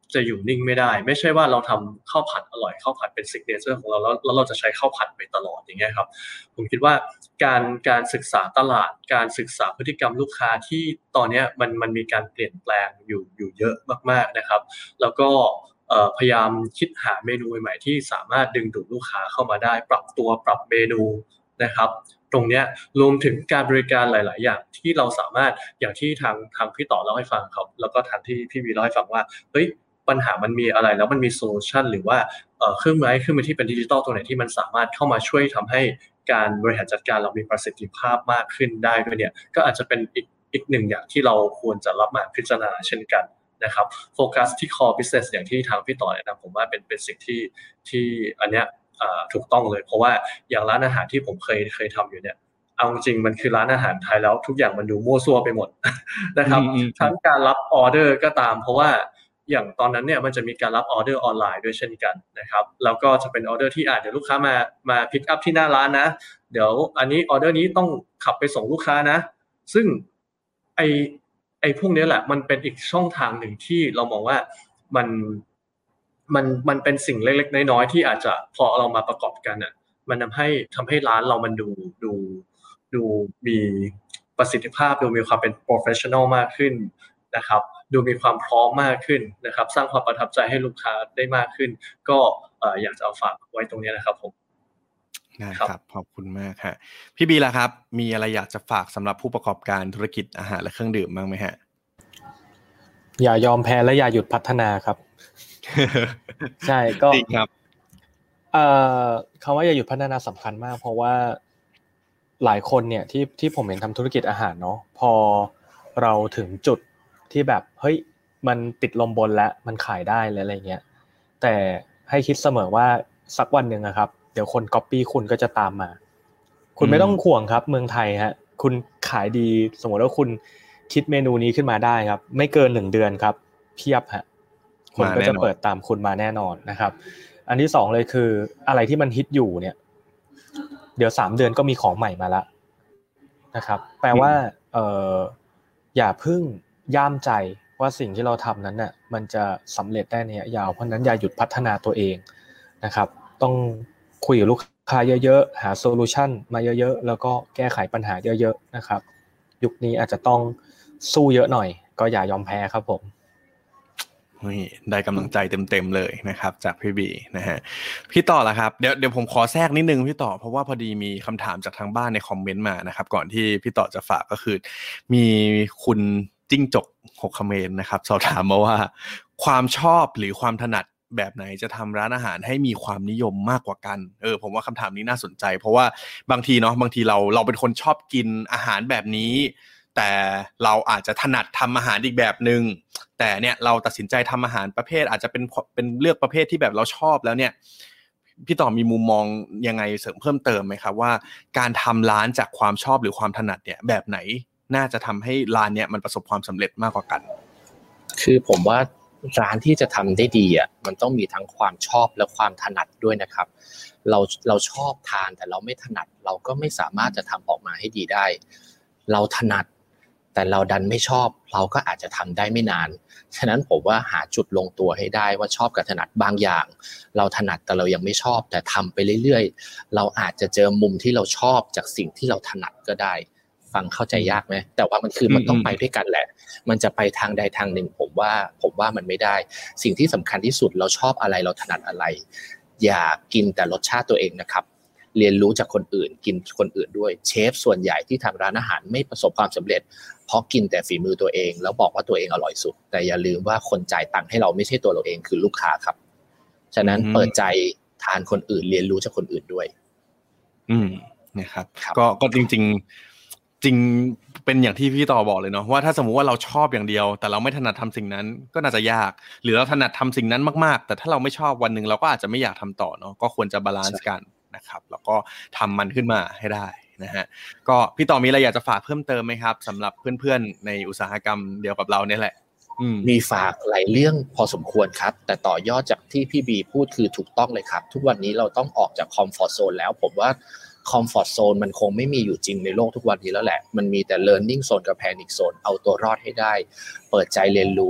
จะอยู่นิ่งไม่ได้ไม่ใช่ว่าเราทำข้าวผัดอร่อยข้าวผัดเป็นซิกเนเจอร์ของเราแล้วแล้วเราจะใช้ข้าวผัดไปตลอดอย่างเงี้ยครับผมคิดว่าการการศึกษาตลาดการศึกษาพฤติกรรมลูกค้าที่ตอนนี้มันมันมีการเปลี่ยนแปลงอยู่อยู่เยอะมากๆนะครับแล้วก็พยายามคิดหาเมนูใหม่ๆที่สามารถดึงดูดลูกค้าเข้ามาได้ปรับตัวปรับเมนูนะครับตรงนี้รวมถึงการบริการหลายๆอย่างที่เราสามารถอย่างที่ทางทางพี่ต่อเล่าให้ฟังครับแล้วก็ทางที่พี่วีเล่าให้ฟังว่าเฮ้ยปัญหามันมีอะไรแล้วมันมีโซลูชันหรือว่าเครื่องมือเครื่องมือที่เป็นดิจิตอลตรงไหนที่มันสามารถเข้ามาช่วยทำให้การบริหารจัดการเรามีประสิทธิภาพมากขึ้นได้ด้วยเนี่ยก็อาจจะเป็นอีกอีกหนึ่งอย่างที่เราควรจะรับมาพิจารณาเช่นกันนะครับโฟกัสที่ core business อย่างที่ทางพี่ต่อแนะนำผมว่าเป็นเป็นสิ่งที่ที่อันเนี้ยถูกต้องเลยเพราะว่าอย่างร้านอาหารที่ผมเคยเคยทำอยู่เนี่ยเอาจริงมันคือร้านอาหารไทยแล้วทุกอย่างมันดูมั่วซั่วไปหมดนะครับทั้งการรับออเดอร์ก็ตามเพราะว่าอย่างตอนนั้นเนี่ยมันจะมีการรับออเดอร์ออนไลน์ด้วยเช่นกันนะครับแล้วก็จะเป็นออเดอร์ที่อาจจะลูกค้ามามาพิกอัพที่หน้าร้านนะเดี๋ยวอันนี้ออเดอร์นี้ต้องขับไปส่งลูกค้านะซึ่งไอไอพวกนี้แหละมันเป็นอีกช่องทางหนึ่งที่เรามองว่ามันมันมันเป็นสิ่งเล็กๆน้อยๆที่อาจจะพอเรามาประกอบกันอ่ะมันทำให้ทำให้ร้านเรามันดูดูดูมีประสิทธิภาพดูมีความเป็น professional มากขึ้นนะครับดูมีความพร้อมมากขึ้นนะครับสร้างความประทับใจให้ลูกค้าได้มากขึ้นก็อยากจะเอาฝากไว้ตรงนี้นะครับผมนะครับขอบคุณมากฮะพี่บีล่ะครับมีอะไรอยากจะฝากสำหรับผู้ประกอบการธุรกิจอาหารและเครื่องดื่มบ้างไหมฮะอย่ายอมแพ้และอย่าหยุดพัฒนาครับ ใช่ก็จริงครับเอ่อคำว่าอย่าหยุดพัฒนาสำคัญมากเพราะว่าหลายคนเนี่ยที่ที่ผมเห็นทำธุรกิจอาหารเนาะพอเราถึงจุดที่แบบเฮ้ยมันติดลมบนแล้วมันขายได้แล้วอะไรเงี้ยแต่ให้คิดเสมอว่าสักวันหนึ่งอะครับเดี๋ยวคนก๊อปปี้คุณก็จะตามมาคุณไม่ต้องห่วงครับเมืองไทยฮะคุณขายดีสมมติว่าคุณคิดเมนูนี้ขึ้นมาได้ครับไม่เกินหนึ่งเดือนครับเพียบฮะคนก็จะเปิดตามคุณมาแน่นอนนะครับอันที่สองเลยคืออะไรที่มันฮิตอยู่เนี่ยเดี๋ยวสามเดือนก็มีของใหม่มาแล้วนะครับแปลว่าเอ่ออย่าพึ่งย่ามใจว่าสิ่งที่เราทำนั้นน่ะมันจะสำเร็จได้ในระยะยาวเพราะนั้นอย่าหยุดพัฒนาตัวเองนะครับต้องคุยกับลูกค้าเยอะๆหาโซลูชันมาเยอะๆแล้วก็แก้ไขปัญหาเยอะๆนะครับยุคนี้อาจจะต้องสู้เยอะหน่อยก็อย่ายอมแพ้ครับผมนี่ได้กำลังใจเต็มๆเลยนะครับจากพี่บีนะฮะพี่ต่อละครับเดี๋ยวเดี๋ยวผมขอแทรกนิดนึงพี่ต่อเพราะว่าพอดีมีคำถามจากทางบ้านในคอมเมนต์มานะครับก่อนที่พี่ต่อจะฝากก็คือมีคุณจิ้งจกหกเขมรนะครับสอบถามมาว่าความชอบหรือความถนัดแบบไหนจะทำร้านอาหารให้มีความนิยมมากกว่ากันเออผมว่าคำถามนี้น่าสนใจเพราะว่าบางทีเนาะบางทีเราเราเป็นคนชอบกินอาหารแบบนี้แต่เราอาจจะถนัดทำอาหารอีกแบบนึงแต่เนี่ยเราตัดสินใจทำอาหารประเภทอาจจะเป็นเป็นเลือกประเภทที่แบบเราชอบแล้วเนี่ยพี่ต่อมีมุมมองยังไงเสริมเพิ่มเติมไหมครับว่าการทำร้านจากความชอบหรือความถนัดเนี่ยแบบไหนน่าจะทำให้ร้านเนี่ยมันประสบความสำเร็จมากกว่ากันคือผมว่าร้านที่จะทำได้ดีอ่ะมันต้องมีทั้งความชอบและความถนัดด้วยนะครับเราเราชอบทานแต่เราไม่ถนัดเราก็ไม่สามารถจะทำออกมาให้ดีได้เราถนัดแต่เราดันไม่ชอบเราก็อาจจะทำได้ไม่นานฉะนั้นผมว่าหาจุดลงตัวให้ได้ว่าชอบกับถนัดบางอย่างเราถนัดแต่เรายังไม่ชอบแต่ทำไปเรื่อยๆเราอาจจะเจอมุมที่เราชอบจากสิ่งที่เราถนัดก็ได้ฟังเข้าใจยากไหมแต่ว่ามันคือมันต้องไปด้วยกันแหละมันจะไปทางใดทางหนึ่งผมว่าผมว่ามันไม่ได้สิ่งที่สำคัญที่สุดเราชอบอะไรเราถนัดอะไรอย่ากินแต่รสชาติตัวเองนะครับเรียนรู้จากคนอื่นกินคนอื่นด้วยเชฟส่วนใหญ่ที่ทำร้านอาหารไม่ประสบความสำเร็จเพราะกินแต่ฝีมือตัวเองแล้วบอกว่าตัวเองอร่อยสุดแต่อย่าลืมว่าคนจ่ายตังค์ให้เราไม่ใช่ตัวเราเองคือลูกค้าครับฉะนั้นเปิดใจทานคนอื่นเรียนรู้จากคนอื่นด้วยอืมนะครับก็ก็จริงๆจริงเป็นอย่างที่พี่ต่อบอกเลยเนาะว่าถ้าสมมุติว่าเราชอบอย่างเดียวแต่เราไม่ถนัดทำสิ่งนั้นก็น่าจะยากหรือเราถนัดทำสิ่งนั้นมากๆแต่ถ้าเราไม่ชอบวันนึงเราก็อาจจะไม่อยากทำต่อเนาะก็ควรจะบาลานซ์กันนะครับแล้วก็ทำมันขึ้นมาให้ได้นะฮะก็พี่ต่อมีอะไรอยากจะฝากเพิ่มเติมไหมครับสำหรับเพื่อนๆในอุตสาหกรรมเดียวกับเราเนี่ยแหละมีฝากหลายเรื่องพอสมควรครับแต่ต่อยอดจากที่พี่บีพูดคือถูกต้องเลยครับทุกวันนี้เราต้องออกจากคอมฟอร์ตโซนแล้วผมว่าคอมฟอร์ตโซนมันคงไม่มีอยู่จริงในโลกทุกวันนี้แล้วแหละมันมีแต่ learning zone กับ panic zone เอาตัวรอดให้ได้เปิดใจเรียนรู้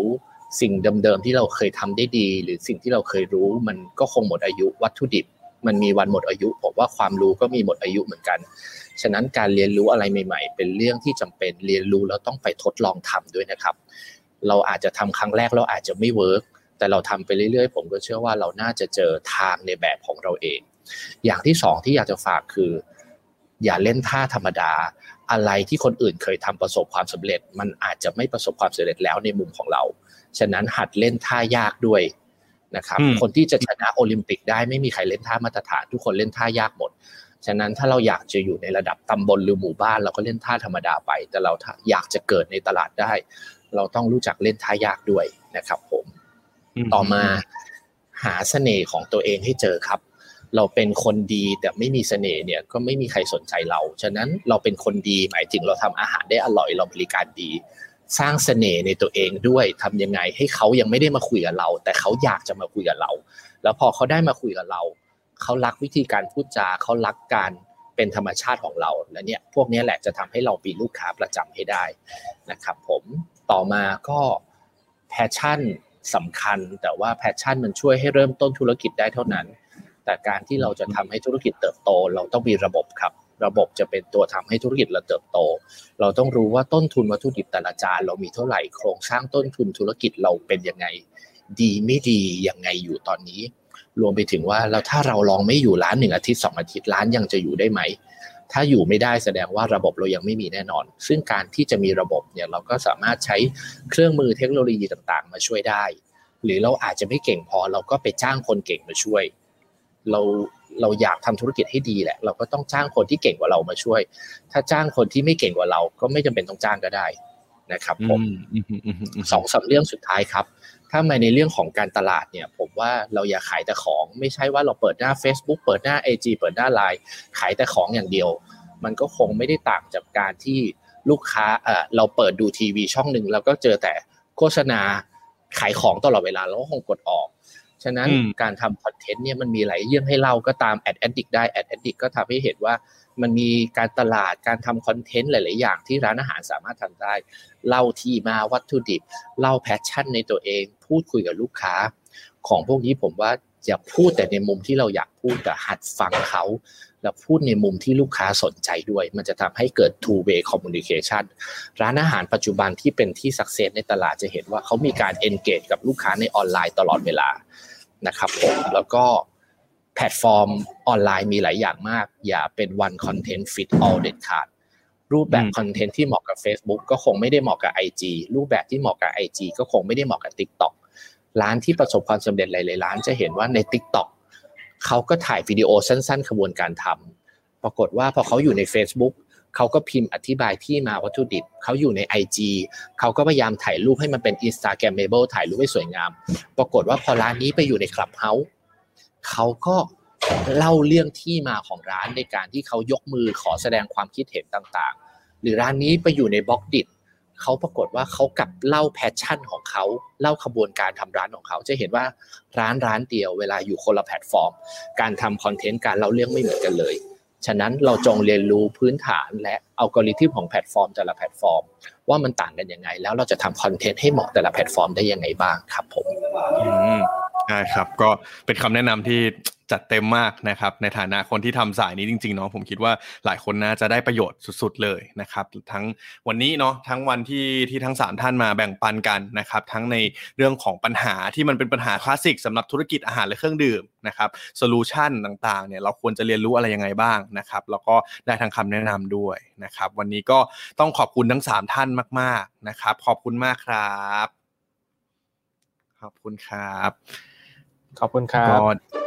สิ่งเดิมๆที่เราเคยทำได้ดีหรือสิ่งที่เราเคยรู้มันก็คงหมดอายุวัตถุดิบมันมีวันหมดอายุผมว่าความรู้ก็มีหมดอายุเหมือนกันฉะนั้นการเรียนรู้อะไรใหม่ๆเป็นเรื่องที่จำเป็นเรียนรู้แล้วต้องไปทดลองทำด้วยนะครับเราอาจจะทำครั้งแรกเราอาจจะไม่เวิร์กแต่เราทำไปเรื่อยๆผมก็เชื่อว่าเราน่าจะเจอทางในแบบของเราเองอย่างที่สองที่อยากจะฝากคืออย่าเล่นท่าธรรมดาอะไรที่คนอื่นเคยทำประสบความสำเร็จมันอาจจะไม่ประสบความสำเร็จแล้วในมุมของเราฉะนั้นหัดเล่นท่ายากด้วยนะครับคนที่จะชนะโอลิมปิกได้ไม่มีใครเล่นท่ามาตรฐานทุกคนเล่นท่ายากหมดฉะนั้นถ้าเราอยากจะอยู่ในระดับตำบลหรือหมู่บ้านเราก็เล่นท่าธรรมดาไปแต่เราอยากจะเกิดในตลาดได้เราต้องรู้จักเล่นท่ายากด้วยนะครับผมต่อมาหาเสน่ห์ของตัวเองให้เจอครับเราเป็นคนดีแต่ไม่มีเสน่ห์เนี่ยก็ไม่มีใครสนใจเราฉะนั้นเราเป็นคนดีหมายถึงเราทำอาหารได้อร่อยเราบริการดีสร้างเสน่ห์ในตัวเองด้วยทำยังไงให้เขายังไม่ได้มาคุยกับเราแต่เขาอยากจะมาคุยกับเราแล้วพอเขาได้มาคุยกับเราเขารักวิธีการพูดจาเขารักการเป็นธรรมชาติของเราและเนี่ยพวกนี้แหละจะทำให้เรามีลูกค้าประจำให้ได้นะครับผมต่อมาก็แพชชั่นสำคัญแต่ว่าแพชชั่นมันช่วยให้เริ่มต้นธุรกิจได้เท่านั้นแต่การที่เราจะทำให้ธุรกิจเติบโตเราต้องมีระบบครับระบบจะเป็นตัวทำให้ธุรกิจเราเติบโตเราต้องรู้ว่าต้นทุนวัตถุดิบแต่ละจานเรามีเท่าไหร่โครงสร้างต้นทุนธุรกิจเราเป็นยังไงดีไม่ดียังไงอยู่ตอนนี้รวมไปถึงว่าแล้วถ้าเราลองไม่อยู่ร้านหนึ่งอาทิตย์สองอาทิตย์ร้านยังจะอยู่ได้ไหมถ้าอยู่ไม่ได้แสดงว่าระบบเรายังไม่มีแน่นอนซึ่งการที่จะมีระบบเนี่ยเราก็สามารถใช้เครื่องมือเทคโนโลยีต่างๆมาช่วยได้หรือเราอาจจะไม่เก่งพอเราก็ไปจ้างคนเก่งมาช่วยเราเราอยากทำธุรกิจให้ดีแหละเราก็ต้องจ้างคนที่เก่งกว่าเรามาช่วยถ้าจ้างคนที่ไม่เก่งกว่าเราก็ไม่จำเป็นต้องจ้างก็ได้นะครับผมสองสามเรื่องสุดท้ายครับถ้ามาในเรื่องของการตลาดเนี่ยผมว่าเราอย่าขายแต่ของไม่ใช่ว่าเราเปิดหน้า Facebook เปิดหน้า ไอ จี เปิดหน้า ไลน์ ขายแต่ของอย่างเดียวมันก็คงไม่ได้ต่างจากการที่ลูกค้าเอ่อเราเปิดดูทีวีช่องนึงแล้วก็เจอแต่โฆษณาขายของตลอดเวลาเราก็คงกดออกฉะนั้นการทำคอนเทนต์เนี่ยมันมีหลายเรื่องให้เล่าก็ตาม Ad Addict ได้ Ad Addict ก็ทำให้เห็นว่ามันมีการตลาดการทำคอนเทนต์หลายๆอย่างที่ร้านอาหารสามารถทำได้เล่าที่มาวัตถุดิบเล่าแพชชั่นในตัวเองพูดคุยกับลูกค้าของพวกนี้ผมว่าอย่าพูดแต่ในมุมที่เราอยากพูดแต่หัดฟังเขาแล้วพูดในมุมที่ลูกค้าสนใจด้วยมันจะทำให้เกิด two way communication ร้านอาหารปัจจุบันที่เป็นที่ success ในตลาดจะเห็นว่าเขามีการ engage กับลูกค้าในออนไลน์ตลอดเวลานะครับผมแล้วก็แพลตฟอร์มออนไลน์มีหลายอย่างมากอย่าเป็น one content fit all เด็ดขาดรูปแบบคอนเทนต์ที่เหมาะกับ Facebook ก็คงไม่ได้เหมาะกับ ไอ จี รูปแบบที่เหมาะกับ ไอ จี ก็คงไม่ได้เหมาะกับ TikTok ร้านที่ประสบความสำเร็จหลายๆร้านจะเห็นว่าใน TikTok เขาก็ถ่ายวิดีโอสั้นๆขบวนการทำปรากฏว่าพอเขาอยู่ใน Facebook เขาก็พิมพ์อธิบายที่มาวัตถุดิบเขาอยู่ใน ไอ จี เขาก็พยายามถ่ายรูปให้มันเป็น Instagrammable ถ่ายรูปให้สวยงามปรากฏว่าพอร้านนี้ไปอยู่ใน Clubhouse เขาก็เล่าเรื่องที่มาของร้านในการที่เขายกมือขอแสดงความคิดเห็นต่างๆหรือร้านนี้ไปอยู่ในบล็อกดิทเขาปรากฏว่าเขากลับเล่าแพชชั่นของเขาเล่าขบวนการทำร้านของเขาจะเห็นว่าร้านร้านเดียวเวลาอยู่คนละแพลตฟอร์มการทำคอนเทนต์การเล่าเรื่องไม่เหมือนกันเลยฉะนั้นเราจงเรียนรู้พื้นฐานและอัลกอริทึมของแพลตฟอร์มแต่ละแพลตฟอร์มว่ามันต่างกันยังไงแล้วเราจะทำคอนเทนต์ให้เหมาะแต่ละแพลตฟอร์มได้ยังไงบ้างครับผมอืมใช่ครับก็เป็นคำแนะนำที่จัดเต็มมากนะครับในฐานะคนที่ทำสายนี้จริงๆเนาะผมคิดว่าหลายคนน่าจะได้ประโยชน์สุดๆเลยนะครับทั้งวันนี้เนาะทั้งวันที่ที่ทั้งสามท่านมาแบ่งปันกันนะครับทั้งในเรื่องของปัญหาที่มันเป็นปัญหาคลาสสิกสำหรับธุรกิจอาหารและเครื่องดื่มนะครับโซลูชันต่างๆเนี่ยเราควรจะเรียนรู้อะไรยังไงบ้างนะครับแล้วก็ได้ทั้งคำแนะนำด้วยนะครับวันนี้ก็ต้องขอบคุณทั้งสามท่านมากๆนะครับขอบคุณมากครับขอบคุณครับขอบคุณครับ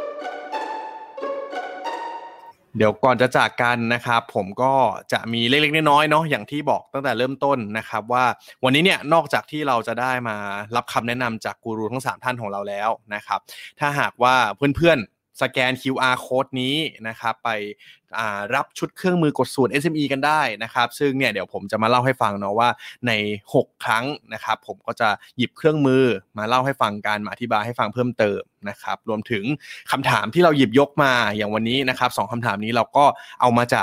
เดี๋ยวก่อนจะจากกันนะครับผมก็จะมีเล็กๆน้อยๆเนาะอย่างที่บอกตั้งแต่เริ่มต้นนะครับว่าวันนี้เนี่ยนอกจากที่เราจะได้มารับคำแนะนำจากกูรูทั้งสามท่านของเราแล้วนะครับถ้าหากว่าเพื่อนๆสแกน คิว อาร์ Code นี้นะครับไปรับชุดเครื่องมือกดสูตร เอส เอ็ม อี กันได้นะครับซึ่งเนี่ยเดี๋ยวผมจะมาเล่าให้ฟังเนาะว่าในหกครั้งนะครับผมก็จะหยิบเครื่องมือมาเล่าให้ฟังกันมาอธิบายให้ฟังเพิ่มเติมนะครับรวมถึงคำถามที่เราหยิบยกมาอย่างวันนี้นะครับสองคำถามนี้เราก็เอามาจาก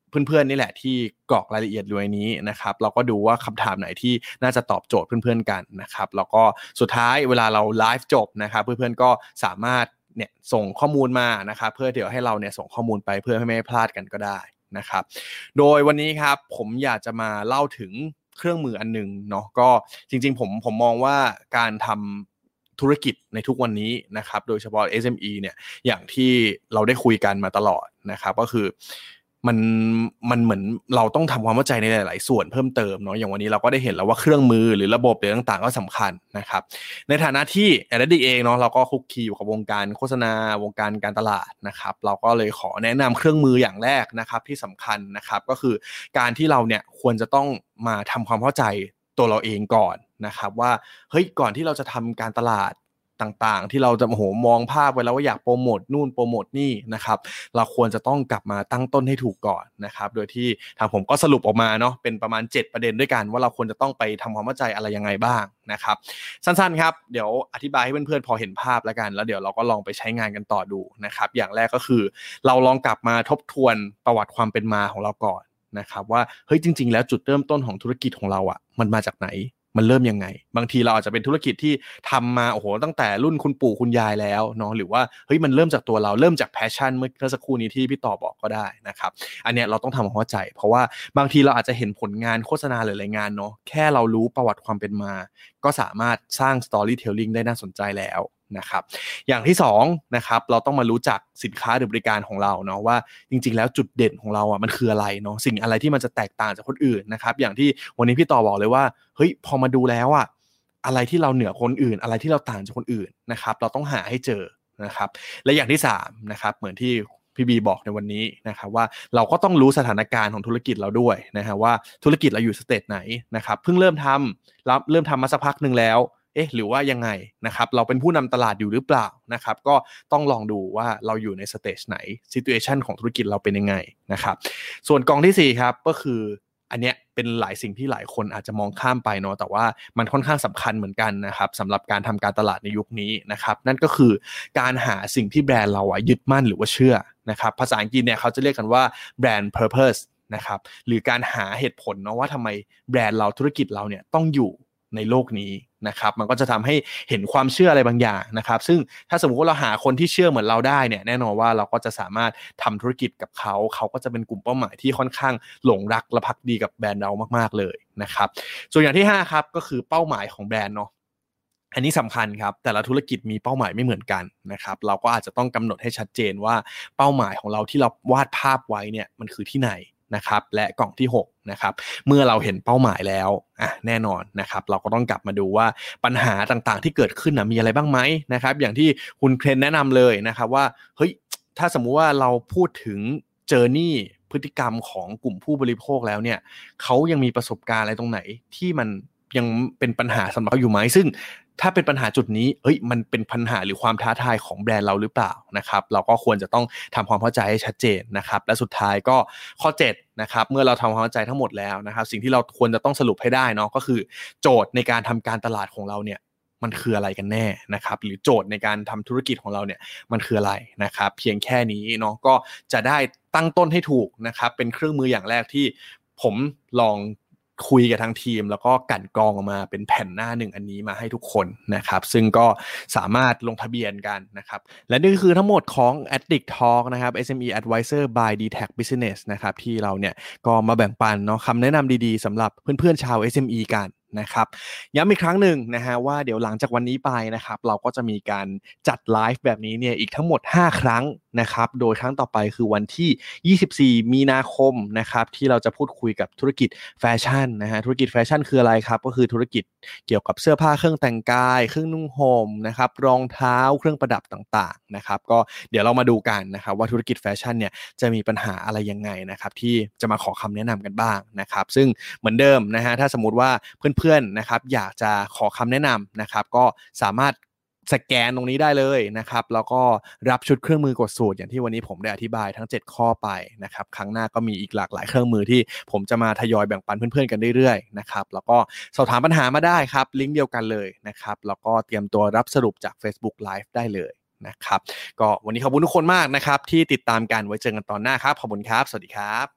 เพื่อนๆนี่แหละที่กรอกรายละเอียดอยู่ในนี้นะครับเราก็ดูว่าคำถามไหนที่น่าจะตอบโจทย์เพื่อนๆกันนะครับแล้วก็สุดท้ายเวลาเราไลฟ์จบนะครับเพื่อนๆก็สามารถเนี่ยส่งข้อมูลมานะครับเพื่อเดี๋ยวให้เราเนี่ยส่งข้อมูลไปเพื่อให้ไม่พลาดกันก็ได้นะครับโดยวันนี้ครับผมอยากจะมาเล่าถึงเครื่องมืออันนึงเนาะก็จริงๆผมผมมองว่าการทำธุรกิจในทุกวันนี้นะครับโดยเฉพาะ เอส เอ็ม อี เนี่ยอย่างที่เราได้คุยกันมาตลอดนะครับก็คือมันมันเหมือนเราต้องทำความเข้าใจในหลายๆส่วนเพิ่มเติมเนาะอย่างวันนี้เราก็ได้เห็นแล้วว่าเครื่องมือหรือระบบหรือต่างๆก็สำคัญนะครับในฐานะที่ Addict เองเนาะเราก็คุกคีอยู่กับวงการโฆษณาวงการการตลาดนะครับเราก็เลยขอแนะนำเครื่องมืออย่างแรกนะครับที่สำคัญนะครับก็คือการที่เราเนี่ยควรจะต้องมาทำความเข้าใจตัวเราเองก่อนนะครับว่าเฮ้ยก่อนที่เราจะทำการตลาดต่างๆที่เราจะโอ้โหมองภาพไว้แล้วว่าอยากโปรโมทนู่นโปรโมทนี่นะครับเราควรจะต้องกลับมาตั้งต้นให้ถูกก่อนนะครับโดยที่ทางผมก็สรุปออกมาเนาะเป็นประมาณเจ็ดประเด็นด้วยกันว่าเราควรจะต้องไปทำความเข้าใจอะไรยังไงบ้างนะครับสั้นๆครับเดี๋ยวอธิบายให้เพื่อนๆพอเห็นภาพแล้วกันแล้วเดี๋ยวเราก็ลองไปใช้งานกันต่อดูนะครับอย่างแรกก็คือเราลองกลับมาทบทวนประวัติความเป็นมาของเราก่อนนะครับว่าเฮ้ยจริงๆแล้วจุดเริ่มต้นของธุรกิจของเราอ่ะมันมาจากไหนมันเริ่มยังไงบางทีเราอาจจะเป็นธุรกิจที่ทำมาโอ้โหตั้งแต่รุ่นคุณปู่คุณยายแล้วเนาะหรือว่าเฮ้ยมันเริ่มจากตัวเราเริ่มจากแพชชั่นเมื่อสักครู่นี้ที่พี่ต่อบอกก็ได้นะครับอันเนี้ยเราต้องทำความเข้าใจเพราะว่าบางทีเราอาจจะเห็นผลงานโฆษณาหรือรายงานเนาะแค่เรารู้ประวัติความเป็นมาก็สามารถสร้าง storytelling ได้น่าสนใจแล้วนะครับอย่างที่สองนะครับเราต้องมารู้จักสินค้าหรือบริการของเราเนาะว่าจริงๆแล้วจุดเด่นของเราอ่ะมันคืออะไรเนาะสิ่งอะไรที่มันจะแตกต่างจากคนอื่นนะครับอย่างที่วันนี้พี่ต่อบอกเลยว่าเฮ้ยพอมาดูแล้วอ่ะอะไรที่เราเหนือคนอื่นอะไรที่เราต่างจากคนอื่นนะครับเราต้องหาให้เจอนะครับและอย่างที่สามนะครับเหมือนที่พี่บีบอกในวันนี้นะครับว่าเราก็ต้องรู้สถานการณ์ของธุรกิจเราด้วยนะฮะว่าธุรกิจเราอยู่สเตจไหนนะครับเพิ่งเริ่มทำแล้วเริ่มทำมาสักพักนึงแล้วเอ๊ะหรือว่ายังไงนะครับเราเป็นผู้นำตลาดอยู่หรือเปล่านะครับก็ต้องลองดูว่าเราอยู่ในสเตจไหน situation ของธุรกิจเราเป็นยังไงนะครับส่วนกองที่สี่ครับก็คืออันเนี้ยเป็นหลายสิ่งที่หลายคนอาจจะมองข้ามไปเนาะแต่ว่ามันค่อนข้างสำคัญเหมือนกันนะครับสำหรับการทำการตลาดในยุคนี้นะครับนั่นก็คือการหาสิ่งที่แบรนด์เราอ่ะยึดมั่นหรือว่าเชื่อนะครับภาษาอังกฤษเนี่ยเขาจะเรียกกันว่า brand purpose นะครับหรือการหาเหตุผลเนาะว่าทำไมแบรนด์เราธุรกิจเราเนี่ยต้องอยู่ในโลกนี้นะครับมันก็จะทำให้เห็นความเชื่ออะไรบางอย่างนะครับซึ่งถ้าสมมุติว่าเราหาคนที่เชื่อเหมือนเราได้เนี่ยแน่นอนว่าเราก็จะสามารถทำธุรกิจกับเขาเขาก็จะเป็นกลุ่มเป้าหมายที่ค่อนข้างหลงรักและภักดีกับแบรนด์เรามากๆเลยนะครับส่วนอย่างที่ห้าครับก็คือเป้าหมายของแบรนด์เนาะอันนี้สำคัญครับแต่ละธุรกิจมีเป้าหมายไม่เหมือนกันนะครับเราก็อาจจะต้องกำหนดให้ชัดเจนว่าเป้าหมายของเราที่เราวาดภาพไว้เนี่ยมันคือที่ไหนนะครับและกล่องที่หกนะครับเมื่อเราเห็นเป้าหมายแล้วอ่ะแน่นอนนะครับเราก็ต้องกลับมาดูว่าปัญหาต่างๆที่เกิดขึ้นนะมีอะไรบ้างไหมนะครับอย่างที่คุณเคนแนะนำเลยนะครับว่าเฮ้ยถ้าสมมุติว่าเราพูดถึงเจอร์นี่พฤติกรรมของกลุ่มผู้บริโภคแล้วเนี่ยเขายังมีประสบการณ์อะไรตรงไหนที่มันยังเป็นปัญหาสำหรับเขาอยู่ไหมซึ่งถ้าเป็นปัญหาจุดนี้เอ้ยมันเป็นปัญหาหรือความท้าทายของแบรนด์เราหรือเปล่านะครับเราก็ควรจะต้องทำความเข้าใจให้ชัดเจนนะครับและสุดท้ายก็ข้อเจ็ดนะครับเมื่อเราทำความเข้าใจทั้งหมดแล้วนะครับสิ่งที่เราควรจะต้องสรุปให้ได้เนาะก็คือโจทย์ในการทำการตลาดของเราเนี่ยมันคืออะไรกันแน่นะครับหรือโจทย์ในการทำธุรกิจของเราเนี่ยมันคืออะไรนะครับเพียงแค่นี้เนาะก็จะได้ตั้งต้นให้ถูกนะครับเป็นเครื่องมืออย่างแรกที่ผมลองคุยกับทางทีมแล้วก็กั่นกรองออกมาเป็นแผ่นหน้าหนึ่งอันนี้มาให้ทุกคนนะครับซึ่งก็สามารถลงทะเบียนกันนะครับและนี่คือทั้งหมดของ Addict Talk นะครับ เอส เอ็ม อี Advisor by ดี แท็ก Business นะครับที่เราเนี่ยก็มาแบ่งปันเนาะคำแนะนำดีๆสำหรับเพื่อนๆชาว เอส เอ็ม อี กันนะครับย้ำอีกครั้งหนึ่งนะฮะว่าเดี๋ยวหลังจากวันนี้ไปนะครับเราก็จะมีการจัดไลฟ์แบบนี้เนี่ยอีกทั้งหมดห้าครั้งนะครับโดยครั้งต่อไปคือวันที่ยี่สิบสี่มีนาคมนะครับที่เราจะพูดคุยกับธุรกิจแฟชั่นนะฮะธุรกิจแฟชั่นคืออะไรครับก็คือธุรกิจเกี่ยวกับเสื้อผ้าเครื่องแต่งกายเครื่องนุ่งห่มนะครับรองเท้าเครื่องประดับต่างๆนะครับก็เดี๋ยวเรามาดูกันนะครับว่าธุรกิจแฟชั่นเนี่ยจะมีปัญหาอะไรยังไงนะครับที่จะมาขอคำแนะนำกันบ้างนะครับซึ่งเหมือนเดิมนะฮะถ้าสมมุติว่าเพื่อนๆนะครับอยากจะขอคำแนะนำนะครับก็สามารถสแกนตรงนี้ได้เลยนะครับแล้วก็รับชุดเครื่องมือกดสูตรอย่างที่วันนี้ผมได้อธิบายทั้งเจ็ดข้อไปนะครับครั้งหน้าก็มีอีกหลากหลายเครื่องมือที่ผมจะมาทยอยแบ่งปันเพื่อนๆกันเรื่อยๆนะครับแล้วก็สอบถามปัญหามาได้ครับลิงก์เดียวกันเลยนะครับแล้วก็เตรียมตัวรับสรุปจาก Facebook Live ได้เลยนะครับก็วันนี้ขอบคุณทุกคนมากนะครับที่ติดตามกันไว้เจอกันตอนหน้าครับขอบคุณครับสวัสดีครับ